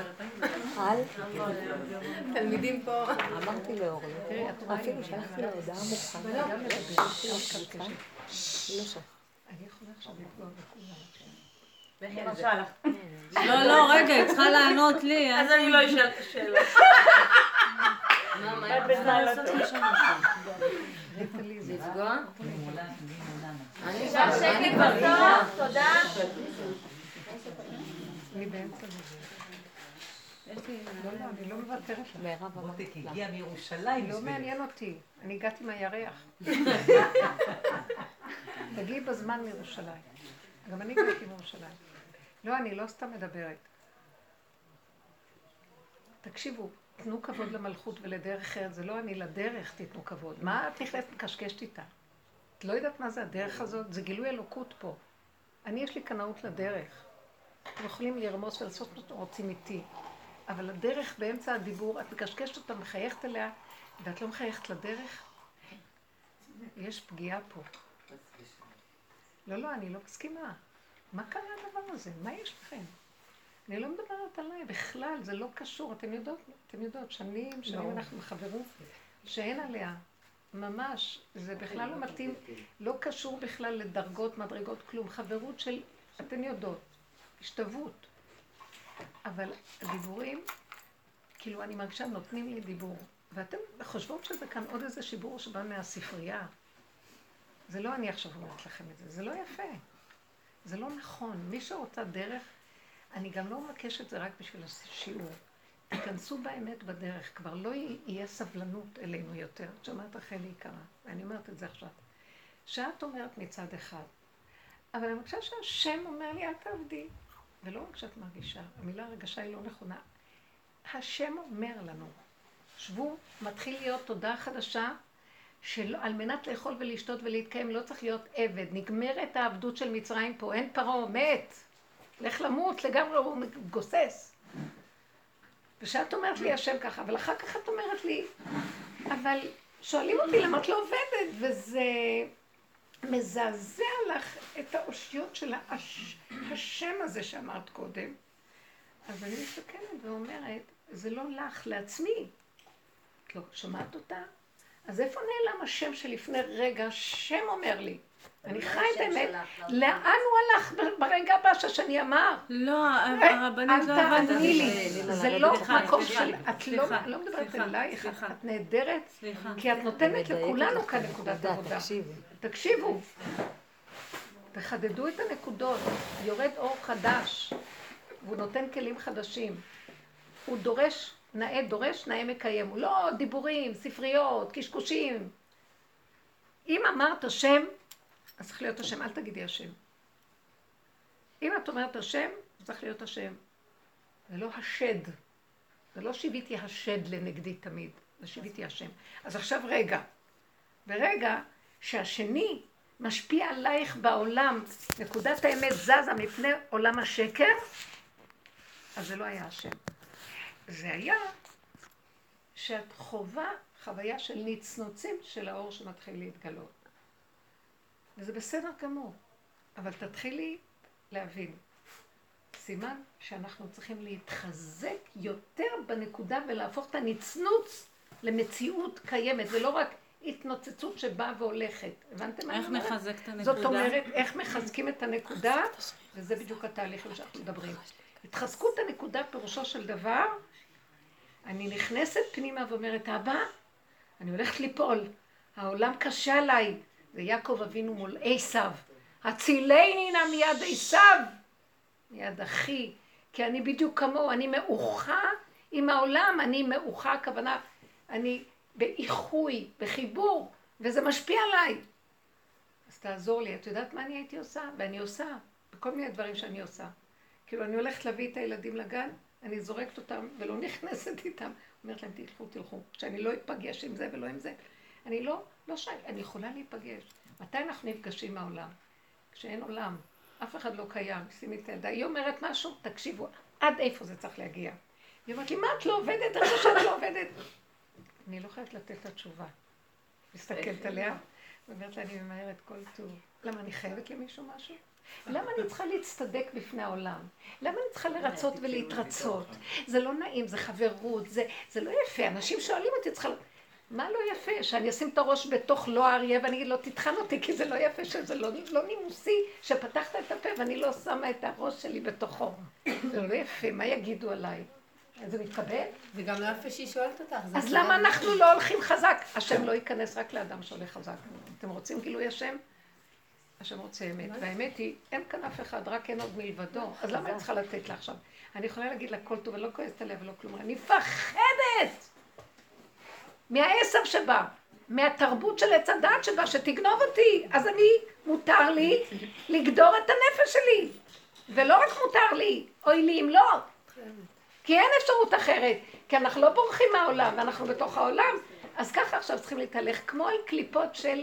Speaker 4: תלמידים פה.
Speaker 7: אמרתי לאורי, אפילו שלחתי לה הודעה מוכנה. לא שכח.
Speaker 2: אני יכולה עכשיו לפגוע בכולם.
Speaker 3: לא, רגע, היא צריכה לענות לי.
Speaker 5: אז אני לא אשאל את השאלה.
Speaker 6: מה בכלל לעשות לשם אותך?
Speaker 4: לפגוע?
Speaker 6: אני שקט בסוף, תודה.
Speaker 2: אני באמצע לזה. לא, אני לא מוותרת לך.
Speaker 1: מותק הגיע מירושלים.
Speaker 2: לא מעניין אותי, אני הגעתי מהירח. תגיעי בזמן מירושלים. גם אני הגעתי מירושלים. לא, אני לא סתם מדברת. תקשיבו, תנו כבוד למלכות ולדרך אחרת, זה לא אני לדרך תתנו כבוד. מה את נכנסת מקשקשת איתה? את לא יודעת מה זה הדרך הזאת? זה גילוי אלוקות פה. אני יש לי קנאות לדרך. אתם יכולים לרמוס ולעשות מה שאתם רוצים איתי. אבל הדרך באמצע הדיבור, את מקשקשת אותה, מחייכת אליה, ואת לא מחייכת לדרך? יש פגיעה פה. לא, אני לא מסכימה. מה קרה הדבר הזה? מה יש לכם? אני לא מדברת עליי, בכלל, זה לא קשור. אתם יודעות, שנים אנחנו מחברות, שאין עליה. ממש, זה בכלל לא מתאים, לא קשור בכלל לדרגות, מדרגות, כלום. חברות של, אתן יודעות, השתוות. אבל הדיבורים, כאילו אני מרגישה, נותנים לי דיבור. ואתם חושבות שזה כאן עוד איזה שיבור שבא מהספרייה. זה לא אני עכשיו אומרת לכם את זה, זה לא יפה. זה לא נכון. מי שרוצה דרך, אני גם לא מבקשת זה רק בשביל השיעור. תיכנסו באמת בדרך, כבר לא יהיה סבלנות אלינו יותר. את שומעת רחלי יקרה, ואני אומרת את זה עכשיו. שאת אומרת מצד אחד, אבל אני חושבת שהשם אומר לי, אל תעבדי. ולא רק שאת מרגישה, המילה הרגשה היא לא נכונה. השם אומר לנו, שבו, מתחיל להיות תודה חדשה, שעל מנת לאכול ולשתות ולהתקיים לא צריך להיות עבד. נגמרת העבדות של מצרים פה, אין פרעה, מת. לך למות, לגמרי הוא גוסס. ושאת אומרת לי השם ככה, אבל אחר כך את אומרת לי, אבל שואלים אותי למה את לא עובדת, וזה מזעזע לך את האושיות של השם הזה שאמרת קודם. אז אני מסתכלת ואומרת, זה לא לך, לעצמי. את לא שומעת אותה? אז איפה נעלם השם שלפני רגע? השם אומר לי. אני חי את האמת. לאן הוא הלך ברגע הבא שהשני אמר?
Speaker 3: לא, הרבנית לא
Speaker 2: אל
Speaker 3: הבנת.
Speaker 2: תעני לי. זה לא מקום של... את
Speaker 3: סליחה,
Speaker 2: לא מדברת
Speaker 3: סליחה,
Speaker 2: אלייך,
Speaker 3: סליחה.
Speaker 2: את נהדרת,
Speaker 3: סליחה.
Speaker 2: כי את נותנת לכולנו כאן נקודת עבודה. תקשיבו. תחדדו את הנקודות. יורד אור חדש, והוא נותן כלים חדשים. הוא דורש, נאה דורש, נאה מקיים. הוא לא דיבורים, ספריות, קשקושים. אם אמרת השם, אז צריך להיות השם, אל תגידי השם. אם את אומרת השם, אז צריך להיות השם. זה לא השד. זה לא שיביתי השד לנגדי תמיד, זה שיביתי השם. אז עכשיו רגע. ברגע שהשני משפיע עלייך בעולם, נקודת האמת זזה מפני עולם השקר, אז זה לא היה השם. זה היה שאת חובה חוויה של נצנוצים של האור שמתחיל להתגלות. וזה בסדר גמור, אבל תתחילי להבין. סימן שאנחנו צריכים להתחזק יותר בנקודה ולהפוך את הנצנוץ למציאות קיימת, ולא רק התנוצצות שבאה והולכת. הבנתם מה אני אומרת?
Speaker 3: איך נחזק את הנקודה?
Speaker 2: זאת אומרת, איך מחזקים את הנקודה, וזה בדיוק התהליכים שאנחנו מדברים. התחזקות הנקודה פירושו של דבר, אני נכנסת פנימה ואומרת, אבא, אני הולכת ליפול, העולם קשה עליי, זה יעקב אבינו מול עשיו, הצילני נא מיד עשיו, מיד אחי, כי אני בדיוק כמוהו, אני מאוחה עם העולם, אני מאוחה, הכוונה, אני באיחוי, בחיבור, וזה משפיע עליי. אז תעזור לי, את יודעת מה אני הייתי עושה? ואני עושה, בכל מיני דברים שאני עושה. כאילו אני הולכת להביא את הילדים לגן, אני זורקת אותם ולא נכנסת איתם. אומרת להם, תלכו, שאני לא אפגש עם זה ולא עם זה. אני לא שי, אני יכולה להיפגש. מתי אנחנו נפגשים מהעולם? כשאין עולם, אף אחד לא קיים, שימי את הילדה. היא אומרת משהו, תקשיבו, עד איפה זה צריך להגיע? היא אומרת לי, מה את לא עובדת? איך שאת לא עובדת? אני לא חייבת לתת את התשובה. מסתכלת עליה, ואומרת לה, אני ממהרת כל טוב. למה, אני חייבת למישהו משהו? למה אני צריכה להצטדק בפני העולם? למה אני צריכה לרצות ולהתרצות? זה לא נעים, זה חברות, זה לא יפה. אנשים שואלים אותי, מה לא יפה? שאני אשים את הראש בתוך לא אריה ואני אגיד לו, תתחן אותי, כי זה לא יפה, שזה לא נימוסי, שפתחת את הפה ואני לא שמה את הראש שלי בתוכו. זה לא יפה, מה יגידו עליי? זה מתקבל?
Speaker 4: וגם לא יפה שהיא שואלת אותך.
Speaker 2: אז למה אנחנו לא הולכים חזק? השם לא ייכנס רק לאדם שהולך חזק. אתם רוצים גילוי השם? השם רוצה אמת, והאמת היא, אין כאן אף אחד, רק אין עוד מלבדו. אז למה אני צריכה לתת לה עכשיו? אני יכולה להגיד לה כל טוב, אני לא כועסת עליה ולא כלום. אני מפחדת מהעשב שבה, מהתרבות של עץ הדעת שבה, שתגנוב אותי. אז מותר לי לגדור את הנפש שלי. ולא רק מותר לי, אוי לי אם לא. כי אין אפשרות אחרת, כי אנחנו לא בורחים מהעולם, ואנחנו בתוך העולם. אז ככה עכשיו צריכים להתהלך, כמו על קליפות של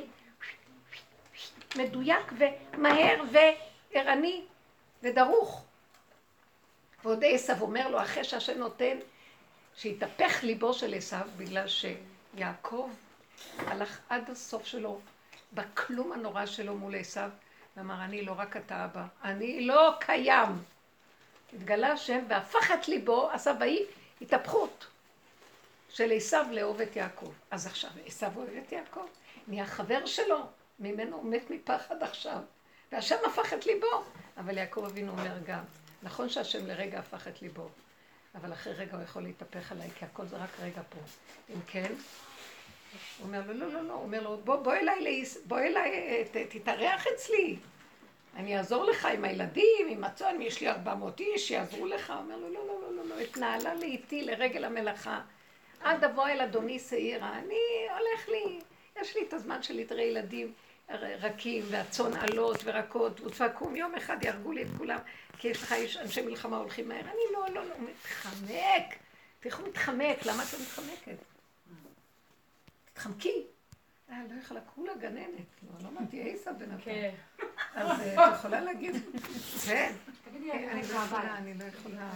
Speaker 2: מדויק ומהר וערני ודרוך. ועוד עשיו אומר לו, אחרי שהשם נותן, שהתהפך ליבו של עשיו, בגלל שיעקב הלך עד הסוף שלו, בכלום הנורא שלו מול עשיו, ואמר, אני לא רק אתה אבא, אני לא קיים. התגלה השם והפך את ליבו, עשה באי התהפכות של עשיו לאהוב את יעקב. אז עכשיו עשיו אוהב את יעקב, נהיה חבר שלו, ממנו הוא מת מפחד עכשיו. והשם הפך את ליבו, אבל יעקב אבינו אומר גם, נכון שהשם לרגע הפך את ליבו, אבל אחרי רגע הוא יכול להתהפך עליי, כי הכל זה רק רגע פה. אם כן, הוא אומר לו, לא, הוא אומר לו, בוא אליי, תתארח אצלי. אני אעזור לך עם הילדים, עם הצאן, יש לי 400 איש, יעזרו לך. הוא אומר לו, לא, התנהלה לאיתי לרגל המלאכה. עד אבוא אל אדוני שעירה, אני הולך לי, יש לי את הזמן שלי, תראה ילדים רכים, והצאן עלות ורקות, ותפקום, יום אחד יהרגו לי את כולם, כי יש לך אנשי מלחמה הולכים מהר. אני לא, מתחמק. תראו מתחמק, למה אתה מתחמקת? תתחמקי. לא יכולה, כולה גננת. לא אמרתי, עשיו בינתיים. אז את יכולה להגיד, כן. אני לא יכולה.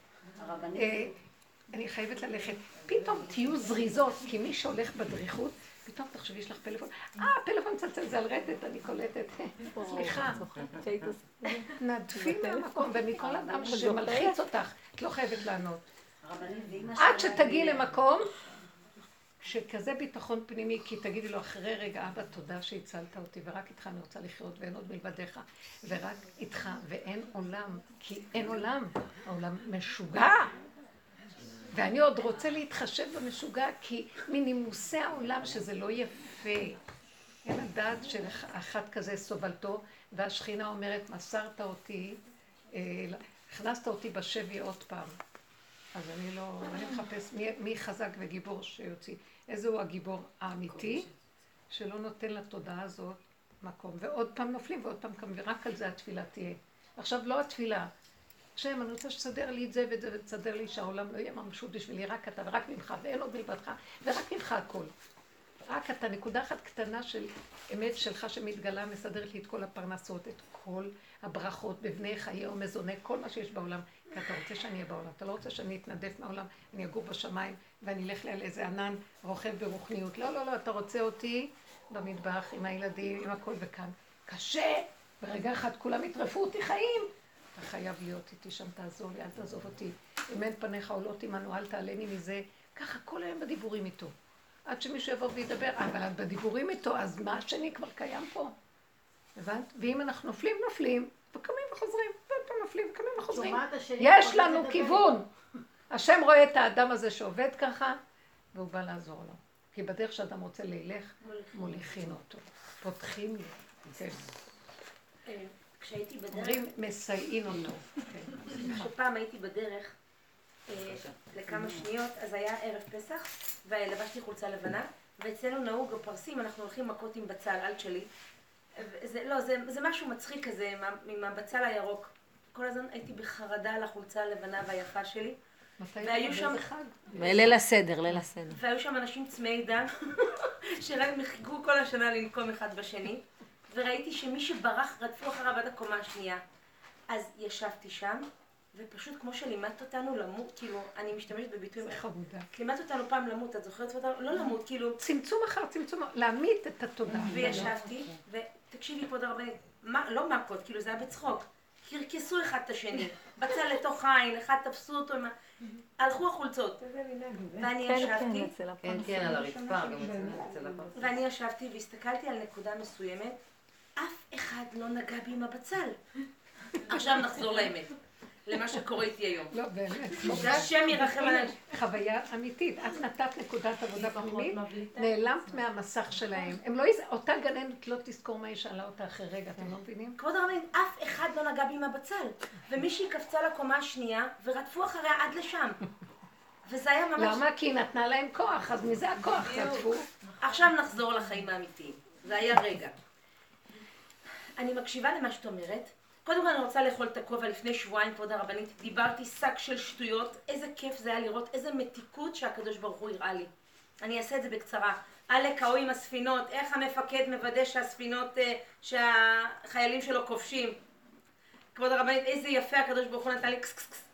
Speaker 2: אני חייבת ללכת. פתאום תהיו זריזות, כי מי שהולך בדריכות, פתאום תחשבי, יש לך פלאפון. פלאפון צלצל, זה על רדת, אני קולטת. סליחה. נדפי מהמקום, ומכל אדם שמלחיץ אותך, את לא חייבת לענות. עד שתגיעי למקום, שכזה ביטחון פנימי, כי תגידי לו אחרי רגע, אבא, תודה שהצלת אותי, ורק איתך אני רוצה לחיות, ואין עוד מלבדיך, ורק איתך, ואין עולם, כי אין עולם, העולם משוגע. ואני עוד רוצה להתחשב במשוגע, כי מנימוסי העולם שזה לא יפה. אין הדעת של אחד כזה סובלתו, והשכינה אומרת, מסרת אותי, הכנסת אותי בשבי עוד פעם. אז אני מחפש מי חזק וגיבור שיוציא. איזה הוא הגיבור האמיתי, שלא נותן לתודעה הזאת מקום. ועוד פעם נופלים ועוד פעם קמים, ורק על זה התפילה תהיה. עכשיו לא התפילה. השם, אני רוצה שתסדר לי את זה ואת זה, ותסדר לי שהעולם לא יהיה ממשות בשבילי, רק אתה ורק ממך, ואין עוד מלבדך, ורק ממך הכל. רק אתה, נקודה אחת קטנה של אמת שלך שמתגלה, מסדרת לי את כל הפרנסות, את כל הברכות, בבני חיי ומזוני, כל מה שיש בעולם. כי אתה רוצה שאני אהיה בעולם, אתה לא רוצה שאני אתנדף מהעולם, אני אגור בשמיים ואני אלך על איזה ענן רוכב ברוחניות. לא, לא, לא, אתה רוצה אותי במטבח עם הילדים, עם הכל וכאן. קשה, ברגע אחד כולם יטרפו אותי חיים. אתה חייב להיות איתי שם, תעזור לי, אל תעזוב אותי. אם אין פניך עולות עמנו, אל תעלני מזה. ככה כל היום בדיבורים איתו. עד שמישהו יבוא וידבר, אבל בדיבורים איתו, אז מה השני כבר קיים פה? הבנת? ואם אנחנו נופלים, נופלים, וקמים וחוזרים, ואתם נופלים, וקמים וחוזרים. יש לנו כיוון. השם רואה את האדם הזה שעובד ככה, והוא בא לעזור לו. כי בדרך שאדם רוצה לילך, מוליכים אותו. פותחים לי. כן.
Speaker 8: כשהייתי בדרך...
Speaker 2: אומרים, מסייעים אותו.
Speaker 8: כשפעם הייתי בדרך לכמה שניות, אז היה ערב פסח, ולבשתי חולצה לבנה, ואצלנו נהוג בפרסים, אנחנו הולכים מכות עם בצל, אל שלי. זה משהו מצחיק כזה, עם הבצל הירוק. כל הזמן הייתי בחרדה על החולצה הלבנה והיפה שלי. והיו שם...
Speaker 6: ליל הסדר, ליל הסדר.
Speaker 8: והיו שם אנשים צמאי דם, שרק חיכו כל השנה לנקום אחד בשני. וראיתי שמי שברח רדפו אחריו עד הקומה השנייה. אז ישבתי שם, ופשוט כמו שלימדת אותנו למות, כאילו, אני משתמשת בביטוי...
Speaker 2: זה חמודה.
Speaker 8: לימדת אותנו פעם למות, את זוכרת אותנו? לא למות, כאילו...
Speaker 2: צמצום אחר צמצום, להעמיד את התודעה.
Speaker 8: וישבתי, ותקשיבי פה דרבנית, לא מכות, כאילו זה היה בצחוק. קרקסו אחד את השני, בצל לתוך העין, אחד תפסו אותו, הלכו החולצות. ואני ישבתי...
Speaker 6: כן, על הרצפה,
Speaker 8: ואני ישבתי והסתכלתי על נקודה מסוימת, אף אחד לא נגע בי עם הבצל. עכשיו נחזור לאמת, למה שקורה איתי היום.
Speaker 2: לא, באמת.
Speaker 8: השם ירחם עליי.
Speaker 2: חוויה אמיתית. את נתת נקודת עבודה פנימית, נעלמת מהמסך שלהם. אותה גננת לא תזכור מה היא שאלה אותה אחרי רגע, אתם לא מבינים?
Speaker 8: כבוד הרבנית, אף אחד לא נגע בי עם הבצל. ומישהי קפצה לקומה השנייה, ורדפו אחריה עד לשם. וזה היה ממש...
Speaker 2: למה? כי היא נתנה להם כוח, אז מזה הכוח רדפו.
Speaker 8: עכשיו נחזור לחיים האמיתיים. זה היה רגע. אני מקשיבה למה שאת אומרת. קודם כל אני רוצה לאכול את הכובע. לפני שבועיים, כבוד הרבנית, דיברתי שק של שטויות. איזה כיף זה היה לראות, איזה מתיקות שהקדוש ברוך הוא הראה לי. אני אעשה את זה בקצרה. עלק ההוא עם הספינות, איך המפקד מוודא שהספינות, שהחיילים שלו כובשים. כבוד הרבנית, איזה יפה הקדוש ברוך הוא נתן לי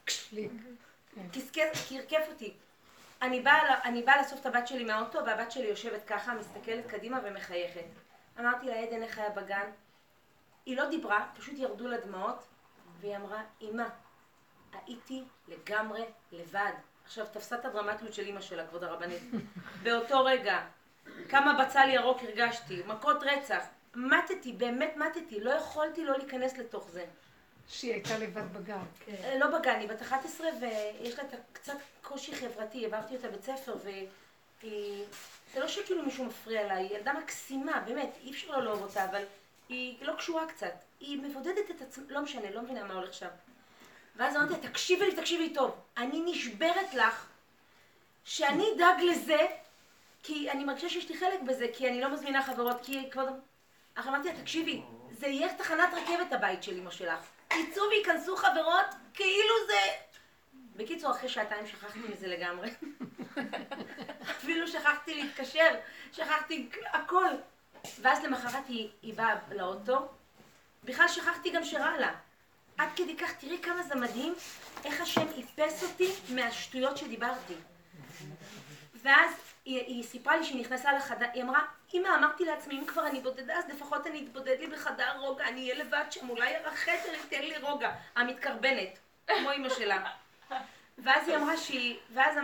Speaker 8: קרקף אותי. אני באה לאסוף את הבת שלי מהאוטו, והבת שלי יושבת ככה, מסתכלת קדימה ומחייכת. אמרתי לה, עדן, איך היה בגן? היא לא דיברה, פשוט ירדו לה דמעות, והיא אמרה, אמא, הייתי לגמרי לבד. עכשיו, תפסה את הדרמטיות של אמא שלה, כבוד הרבנית. באותו רגע, כמה בצל ירוק הרגשתי, מכות רצח. מתתי, באמת מתתי, לא יכולתי לא להיכנס לתוך זה.
Speaker 2: שהיא הייתה לבד בגן.
Speaker 8: לא בגן, היא בת 11 ויש לה קצת קושי חברתי, העברתי אותה בית ספר והיא... זה לא שכאילו מישהו מפריע לה, היא ילדה מקסימה, באמת, אי אפשר לא לאהוב אותה, אבל היא לא קשורה קצת. היא מבודדת את עצמה, לא משנה, לא מבינה מה הולך שם. ואז אמרתי, תקשיבי לי טוב, אני נשברת לך שאני אדאג לזה, כי אני מרגישה שיש לי חלק בזה, כי אני לא מזמינה חברות, כי כבוד... אך אמרתי לה, תקשיבי, זה יהיה תחנת רכבת הבית של אמא שלך. יצאו וייכנסו חברות, כאילו זה... בקיצור, אחרי שעתיים שכחתי מזה לגמרי. אפילו שכחתי להתקשר, שכחתי הכל. ואז למחרת היא באה לאוטו, בכלל שכחתי גם שרע לה. עד כדי כך, תראי כמה זה מדהים, איך השם איפס אותי מהשטויות שדיברתי. ואז היא סיפרה לי שהיא נכנסה לחדר, היא אמרה, אמא, אמרתי לעצמי, אם כבר אני בודדה, אז לפחות אני אתבודד לי בחדר רוגע, אני אהיה לבד שם, אולי החדר ייתן לי רוגע, המתקרבנת, כמו אמא שלה. ואז היא אמרה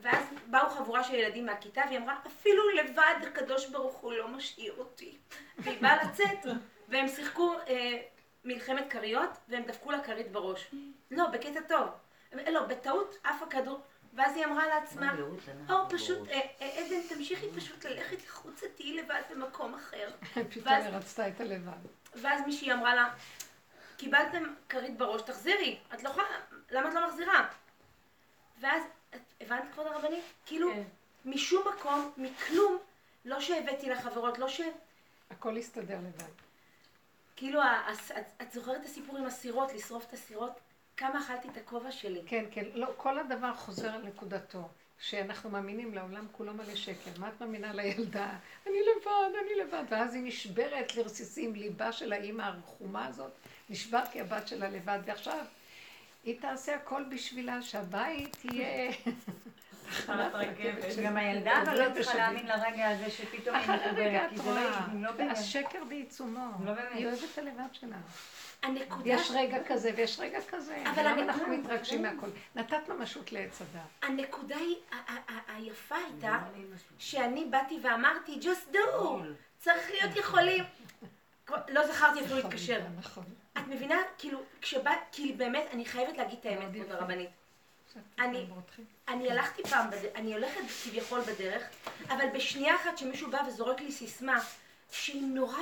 Speaker 8: ואז באו חבורה של ילדים מהכיתה, והיא אמרה, אפילו לבד הקדוש ברוך הוא לא משאיר אותי. והיא באה לצאת, והם שיחקו מלחמת כריות, והם דפקו לה כרית בראש. לא, בקטע טוב. לא, בטעות עף הכדור. ואז היא אמרה לעצמה, פשוט, עדן, תמשיכי פשוט ללכת לחוצה, תהיי לבד במקום אחר.
Speaker 2: פתאום היא רצתה את הלבד.
Speaker 8: ואז מישהי אמרה לה, קיבלתם כרית בראש, תחזירי, את לא יכולה, למה את לא מחזירה? ואז, הבנת כבוד הרבנית? כאילו, משום מקום, מכלום, לא שהבאתי לחברות, לא ש...
Speaker 2: הכל הסתדר לבד.
Speaker 8: כאילו, את זוכרת את הסיפור עם הסירות, לשרוף את הסירות? כמה אכלתי את הכובע שלי.
Speaker 2: כן, כן, לא, כל הדבר חוזר על נקודתו. שאנחנו מאמינים לעולם כולו מלא שקר. מה את מאמינה לילדה? אני לבד. ואז היא נשברת לרסיסים, ליבה של האמא הרחומה הזאת, נשבר כי הבת שלה לבד. ועכשיו, היא תעשה הכל בשבילה שהבית יהיה...
Speaker 9: תחנת רכבת. גם הילדה אבל לא צריכה להאמין לרגע הזה שפתאום היא מקובלת. כי זה לא באמת.
Speaker 2: השקר בעיצומו. היא אוהבת את הלבד שלה.
Speaker 8: הנקודה...
Speaker 2: יש רגע כזה ויש רגע כזה. אבל אנחנו מתרגשים מהכל. נתת ממשות לעץ הדעת.
Speaker 8: הנקודה היפה הייתה שאני באתי ואמרתי, just do, צריך להיות יכולים. לא זכרתי אפילו להתקשר. את מבינה? כאילו, כאילו באמת, אני חייבת להגיד את האמת, כבוד הרבנית. אני הלכתי פעם, אני הולכת כביכול בדרך, אבל בשנייה אחת שמישהו בא וזורק לי סיסמה, שהיא נורא,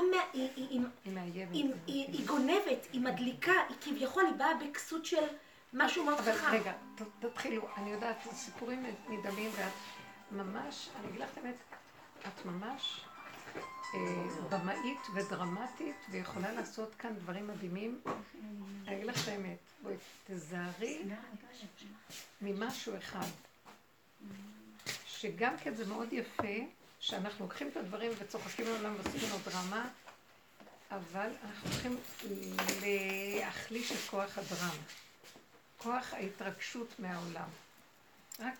Speaker 8: היא גונבת, היא מדליקה, היא כביכול, היא באה בכסות של משהו מאוד חכם.
Speaker 2: אבל רגע, תתחילו, אני יודעת, סיפורים נדמים, ואת ממש, אני אגיד לך את האמת, את ממש במאית ודרמטית, ויכולה לעשות כאן דברים מדהימים. אני אגיד לך את האמת, בואי, תזהרי ממשהו אחד, שגם כן זה מאוד יפה, שאנחנו לוקחים את הדברים וצוחקים לעולם ועושים לנו דרמה, אבל אנחנו צריכים להחליש את כוח הדרמה, כוח ההתרגשות מהעולם. רק,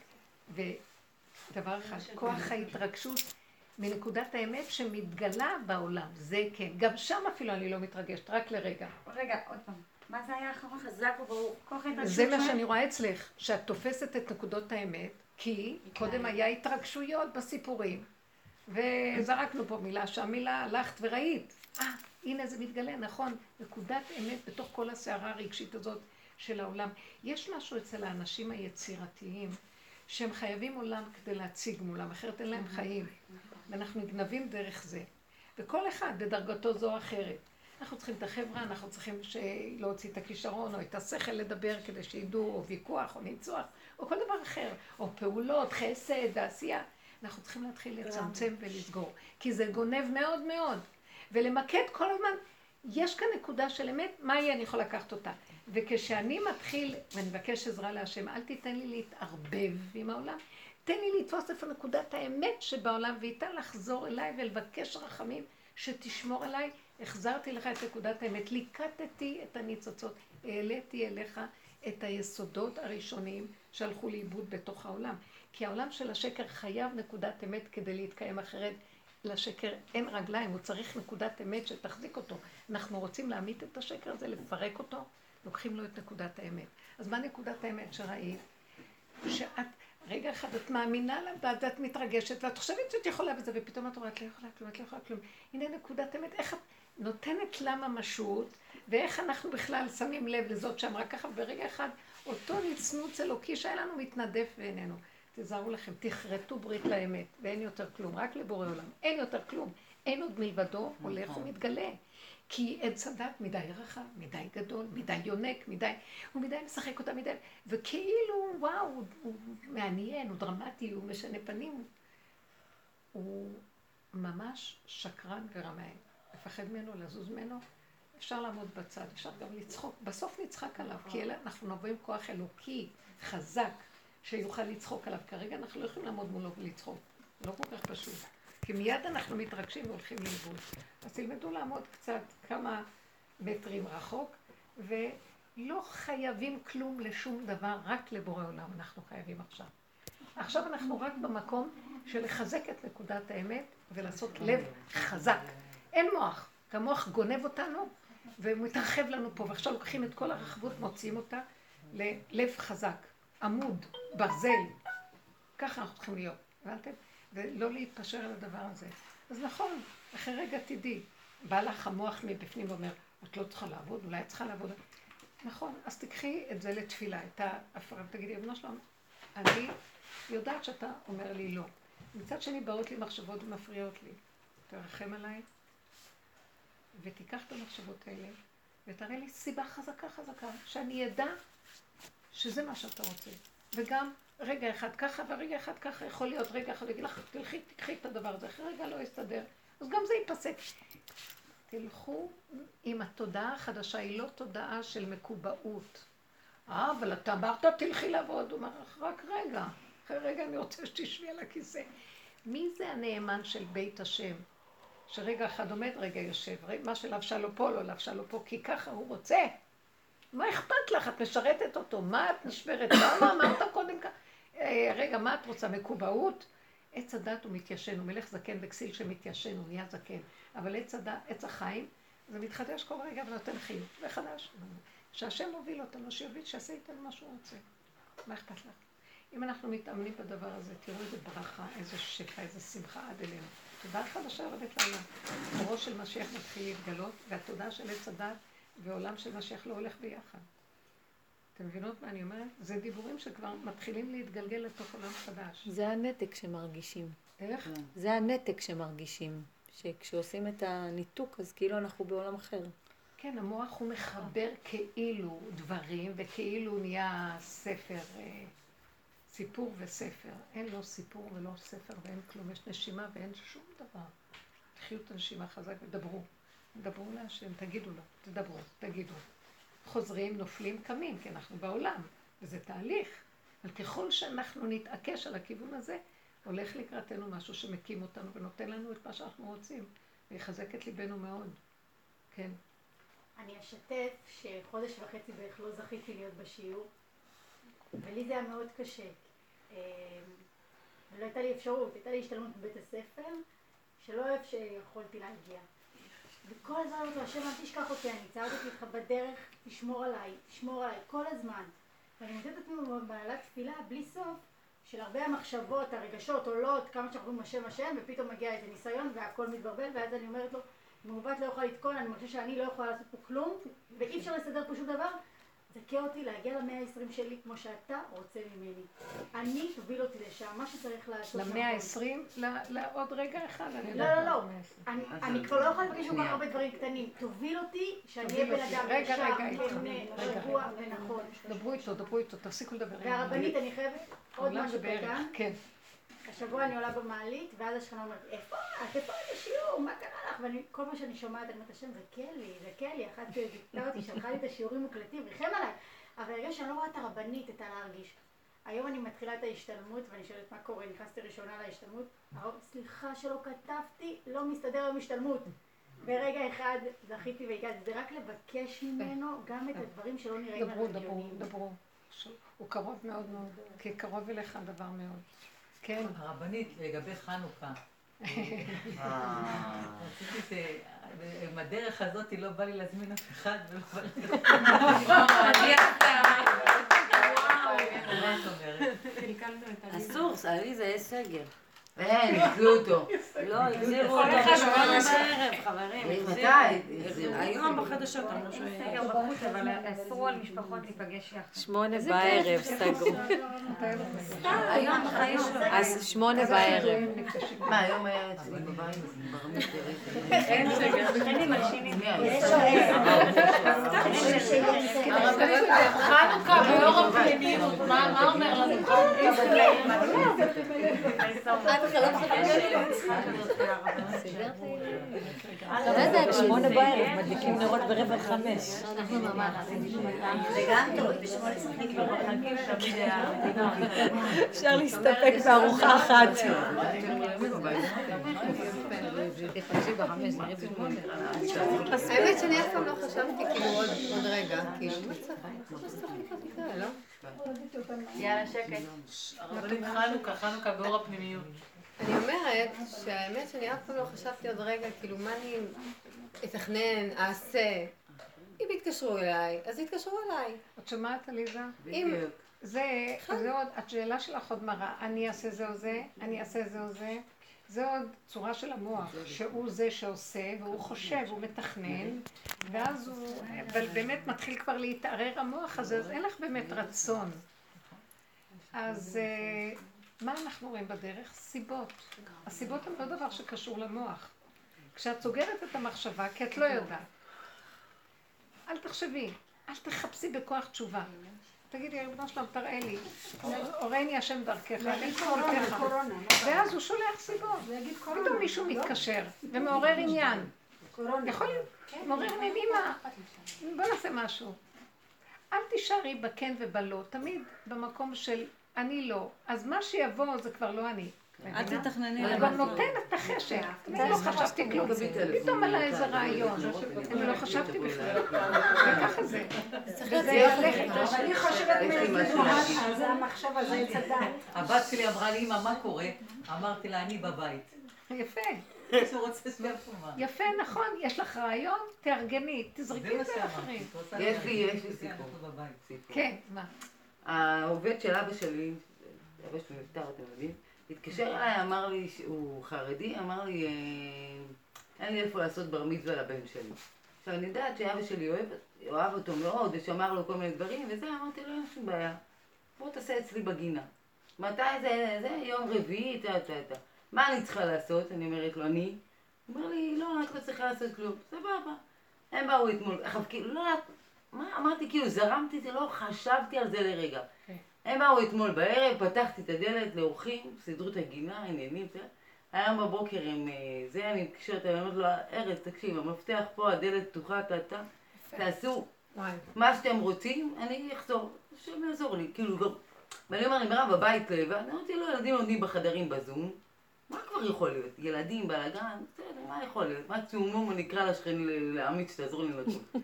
Speaker 2: ודבר אחד, כוח ההתרגשות מנקודת האמת שמתגלה בעולם, זה כן. גם שם אפילו אני לא מתרגשת, רק לרגע.
Speaker 9: רגע, עוד פעם. מה זה היה האחרון?
Speaker 8: חזק וברור.
Speaker 2: זה מה שאני רואה אצלך, שאת תופסת את נקודות האמת, כי קודם היה התרגשויות בסיפורים. וזרקנו פה מילה, שהמילה הלכת וראית. הנה זה מתגלה, נכון, נקודת אמת בתוך כל הסערה הרגשית הזאת של העולם. יש משהו אצל האנשים היצירתיים, שהם חייבים עולם כדי להציג מולם, אחרת אין להם חיים. ואנחנו נגנבים דרך זה. וכל אחד בדרגתו זו או אחרת. אנחנו צריכים את החברה, אנחנו צריכים להוציא את הכישרון, או את השכל לדבר כדי שידעו, או ויכוח, או ניצוח, או כל דבר אחר, או פעולות, חסד ועשייה. אנחנו צריכים להתחיל לצמצם ולסגור, כי זה גונב מאוד מאוד. ולמקד כל הזמן, יש כאן נקודה של אמת, מה היא אני יכול לקחת אותה? וכשאני מתחיל, ואני מבקש עזרה להשם, אל תיתן לי להתערבב עם העולם, תן לי לתפוס איפה נקודת האמת שבעולם, ואיתה לחזור אליי ולבקש רחמים שתשמור עליי. החזרתי לך את נקודת האמת, ליקטתי את הניצוצות, העליתי אליך את היסודות הראשוניים שהלכו לאיבוד בתוך העולם. כי העולם של השקר חייב נקודת אמת כדי להתקיים, אחרת לשקר אין רגליים, הוא צריך נקודת אמת שתחזיק אותו. אנחנו רוצים להמית את השקר הזה, לפרק אותו, לוקחים לו את נקודת האמת. אז מה נקודת האמת שראית? שאת, רגע אחד, את מאמינה לה, ואת מתרגשת, ואת חושבת שאת יכולה בזה, ופתאום את אומרת, את לא יכולה כלום, את לא יכולה כלום. הנה נקודת אמת, איך את נותנת לה ממשות, ואיך אנחנו בכלל שמים לב לזאת שאמרה ככה, ברגע אחד, אותו נצנוץ אלוקי שהיה לנו מתנדף בעינינו. תזהרו לכם, תחרטו ברית לאמת, ואין יותר כלום, רק לבורא עולם. אין יותר כלום, אין עוד מלבדו, הולך ומתגלה. כי עץ הדת מדי רחב, מדי גדול, מדי יונק, הוא מדי משחק אותה מדי, וכאילו, וואו, הוא מעניין, הוא דרמטי, הוא משנה פנים. הוא ממש שקרן ורמאי. לפחד ממנו, לזוז ממנו, אפשר לעמוד בצד, אפשר גם לצחוק. בסוף נצחק עליו, כי אנחנו נבוא עם כוח אלוקי, חזק, שיוכל לצחוק עליו. כרגע אנחנו לא יכולים לעמוד מולו ולצחוק. לא כל כך פשוט. כי מיד אנחנו מתרגשים והולכים לאיבוד. אז תלמדו לעמוד קצת כמה מטרים רחוק, ולא חייבים כלום לשום דבר, רק לבורא עולם אנחנו חייבים עכשיו. עכשיו אנחנו רק במקום של לחזק את נקודת האמת ולעשות לב חזק. אין מוח, כי המוח גונב אותנו ומתרחב לנו פה, ועכשיו לוקחים את כל הרחבות, מוציאים אותה ללב חזק, עמוד, ברזל, ככה אנחנו צריכים להיות, הבנתם? ולא להתפשר על הדבר הזה. אז נכון, אחרי רגע תדעי, בא לך המוח מבפנים ואומר, את לא צריכה לעבוד, אולי את צריכה לעבוד. נכון, אז תקחי את זה לתפילה, את ההפרעה, ותגידי, אבנו שלום, אני יודעת שאתה אומר לי לא. מצד שני באות לי מחשבות ומפריעות לי. תרחם עליי, ותיקח את המחשבות האלה, ותראה לי סיבה חזקה, שאני ידע שזה מה שאתה רוצה. וגם רגע אחד ככה, ורגע אחד ככה, יכול להיות רגע אחד, להגיד לך, תקחי את הדבר הזה, אחרי רגע לא יסתדר, אז גם זה ייפסק. תלכו עם התודעה החדשה, היא לא תודעה של מקובעות. אבל אתה אמרת, תלכי לעבוד, הוא אומר, רק רגע, אחרי רגע אני רוצה שתשבי על הכיסא. מי זה הנאמן של בית השם? שרגע אחד עומד, רגע יושב, מה שלבשה לו פה, לא לבשה לו פה, כי ככה הוא רוצה. מה אכפת לך? את משרתת אותו, מה את נשברת? לא אמרת קודם כך. רגע, מה את רוצה? מקובעות? עץ הדת הוא מתיישן, הוא מלך זקן וכסיל שמתיישן, הוא נהיה זקן. אבל עץ החיים, זה מתחדש כל רגע ונותן חיות, וחדש. שהשם מוביל אותנו, שיוביל, שיעשה איתנו מה שהוא רוצה. מה אכפת לך? אם אנחנו מתאמנים בדבר הזה, תראו איזה ברכה, איזה שפע, איזה שמחה עד אלינו. תודה חדשה יורדת לעולם. אורו של משיח מתחיל להתגלות, והתודה של עץ הדת ועולם של משיח לא הולך ביחד. אתם מבינות מה אני אומרת? זה דיבורים שכבר מתחילים להתגלגל לתוך עולם חדש.
Speaker 6: זה הנתק שמרגישים.
Speaker 2: איך?
Speaker 6: זה הנתק שמרגישים. שכשעושים את הניתוק, אז כאילו אנחנו בעולם אחר.
Speaker 2: כן, המוח הוא מחבר כאילו דברים, וכאילו נהיה ספר, סיפור וספר. אין לו סיפור ולא ספר ואין כלום, יש נשימה ואין שום דבר. תחיו את הנשימה חזק ודברו. דברו להשם, תגידו לו, תדברו, תגידו. חוזרים, נופלים, קמים, כי אנחנו בעולם, וזה תהליך. אבל ככל שאנחנו נתעקש על הכיוון הזה, הולך לקראתנו משהו שמקים אותנו ונותן לנו את מה שאנחנו רוצים, ויחזק את ליבנו מאוד. כן.
Speaker 10: אני אשתף שחודש וחצי בערך לא זכיתי להיות בשיעור, ולי זה היה מאוד קשה. ולא הייתה לי אפשרות, הייתה לי השתלמות בבית הספר, שלא אוהב שיכולתי להגיע. וכל הזמן אמרתי, השם, אל תשכח אותי, אני צעדתי איתך בדרך, תשמור עליי, כל הזמן. ואני מוצאת את עצמי במעלת תפילה, בלי סוף, של הרבה המחשבות, הרגשות, עולות, כמה שאנחנו אומרים השם, ופתאום מגיע איזה ניסיון והכל מתברבל, ואז אני אומרת לו, מעוות לא יכולה לתקון, אני מרגישה שאני לא יכולה לעשות פה כלום, ואי אפשר לסדר פה שום דבר, זכה אותי להגיע ל-120 שלי כמו שאתה רוצה ממני. אני תוביל אותי לשם, מה שצריך לעשות.
Speaker 2: ל-120? לעוד רגע אחד?
Speaker 10: לא. אני כבר לא יכולה לפגש כל כך הרבה דברים קטנים. תוביל אותי שאני אהיה בן אדם ישר, כנה, רגוע ונכון.
Speaker 2: דברו איתו, תפסיקו לדבר.
Speaker 10: והרבנית, אני חייבת עוד משהו קטן.
Speaker 2: כן.
Speaker 10: השבוע אני עולה במעלית, ואז השכנה אומרת, איפה את השיעור? מה קרה לך? וכל מה שאני שומעת, אני אומרת, השם, זה קלי, אחת זיכתה אותי, שלחה לי את השיעורים מוקלטים, ריחם עליי. אבל הרגע שאני לא רואה את הרבנית, את הלהרגיש. היום אני מתחילה את ההשתלמות, ואני שואלת מה קורה, נכנסתי ראשונה להשתלמות, סליחה שלא כתבתי, לא מסתדר עם השתלמות. ברגע אחד זכיתי והגעתי, זה רק לבקש ממנו גם את הדברים שלא נראים הגיוניים.
Speaker 2: דברו. הוא קרוב מאוד מאוד, כי קרוב אליך דבר מאוד. כן.
Speaker 1: הרבנית, לגבי חנוכה. רציתי עם הדרך הזאת לא בא לי להזמין אף אחד ולא בא לי... אני עשתה. מה את אומרת?
Speaker 6: אסור, סעלי זה יש סגר.
Speaker 11: אין, החזירו אותו.
Speaker 6: לא, החזירו אותו ב8 בערב, חברים.
Speaker 11: מתי?
Speaker 3: היום בחדשות אמרו סגר בחוץ, אבל אסרו על משפחות להיפגש יחד.
Speaker 6: 8 בערב סגרו.
Speaker 3: היום בחדשות.
Speaker 6: אז 8 בערב.
Speaker 11: מה, היום היה אצלי בבית, ברמית תראית.
Speaker 3: אין סגר, אין לי מלשינים.
Speaker 5: חנוכה באור הפנימיות, מה אומר לנו
Speaker 6: לא יודעת, 8 בערב, מדליקים נרות ב16:45.
Speaker 11: אנחנו ממש.
Speaker 8: זה גם טוב, ב8 שחקים בחגים תמיד היה.
Speaker 6: אפשר להסתפק בארוחה אחת.
Speaker 4: האמת שאני אף פעם לא חשבתי כאילו עוד רגע, כאילו מה צריך? לא?
Speaker 3: יאללה, שקט.
Speaker 5: הרבנית חנוכה באור הפנימיות.
Speaker 4: אני אומרת שהאמת שאני אף פעם לא חשבתי עוד רגע, כאילו מה אני אתכנן, אעשה. אם יתקשרו אליי, אז יתקשרו אליי.
Speaker 2: את שומעת עליזה? זה עוד, השאלה שלך עוד מראה, אני אעשה זה או זה, אני אעשה זה או זה. זה עוד צורה של המוח, שהוא זה שעושה, והוא חושב, הוא מתכנן, ואז הוא, אבל באמת מתחיל כבר להתערער המוח הזה, אז אין לך באמת רצון. אז מה אנחנו רואים בדרך? סיבות. הסיבות הן לא דבר שקשור למוח. כשאת סוגרת את המחשבה, כי את לא יודעת, אל תחשבי, אל תחפשי בכוח תשובה. תגידי, ריבונו שלום, תראה לי, הורני השם דרכך, ואז הוא שולח סיבות. פתאום מישהו מתקשר ומעורר עניין. יכול להיות, מעורר עניין, אמא, בוא נעשה משהו. אל תישארי בכן ובלא, תמיד במקום של אני לא. אז מה שיבוא זה כבר לא אני.
Speaker 3: אל תתכנני
Speaker 2: אני גם נותנת את החשק. אני לא חשבתי כלום. פתאום עלה איזה רעיון. אני לא חשבתי בכלל. וככה זה. וזה ילכת.
Speaker 11: אני חושבת מהתנועה, זה המחשבה, זה צדק. הבת שלי אמרה לי, אמא, מה קורה? אמרתי לה, אני בבית.
Speaker 2: יפה.
Speaker 11: מישהו רוצה שתפומה.
Speaker 2: יפה, נכון. יש לך רעיון? תארגני. תזרקי את זה לאחרים.
Speaker 12: יש לי סיפור.
Speaker 2: כן, מה?
Speaker 12: העובד של אבא שלי, אבא שלי נפטר, אתם יודעים? התקשר אליי, אמר לי, הוא חרדי, אמר לי, אין לי איפה לעשות בר מצווה לבן שלי. עכשיו, אני יודעת שאבא שלי אוהב אותו מאוד, ושמר לו כל מיני דברים, וזה, אמרתי לו, אין שום בעיה. בוא תעשה אצלי בגינה. מתי זה? יום רביעי, מה אני צריכה לעשות? אני אומרת לו, אני? הוא אומר לי, לא, את לא צריכה לעשות כלום. סבבה. הם באו אתמול, כאילו, לא, מה? אמרתי, כאילו, זרמתי את זה, לא חשבתי על זה לרגע. הם באו אתמול בערב, פתחתי את הדלת לאורחים, סידרו את הגינה, עניינים, היום בבוקר הם זה, אני מתקשרת, אני אומרת לו, ארז, תקשיב, המפתח פה, הדלת פתוחה, תעשו מה שאתם רוצים, אני אחזור, שהם יעזור לי, כאילו, ואני אומר, אני מראה בבית לבד, אני אמרתי לו, ילדים לומדים בחדרים בזום, מה כבר יכול להיות? ילדים, בלגן, בסדר, מה יכול להיות? מה צומום, אני אקרא לשכני לעמית שתעזור לי לדון.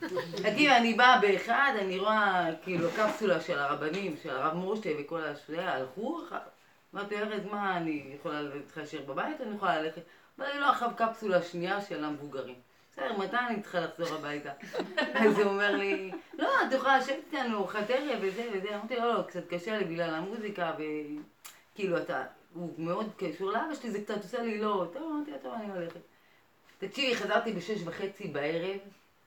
Speaker 12: אני באה באחד, אני רואה כאילו קפסולה של הרבנים, של הרב מורשתי וכל השליה, הלכו, אמרתי, ארז, מה, אני יכולה להישאר בבית? אני יכולה ללכת. אבל אני לא אחר קפסולה שנייה של המבוגרים. בסדר, מתי אני צריכה לחזור הביתה? אז הוא אומר לי, לא, את יכולה לשבת איתנו, ארוחת ערב וזה וזה. אמרתי, לא, קצת קשה לי בגלל המוזיקה וכאילו אתה... הוא מאוד קשור לאבא שלי, זה קצת עושה לי לא, טוב, אמרתי, טוב, אני הולכת. תקשיבי, חזרתי ב6:30 בערב,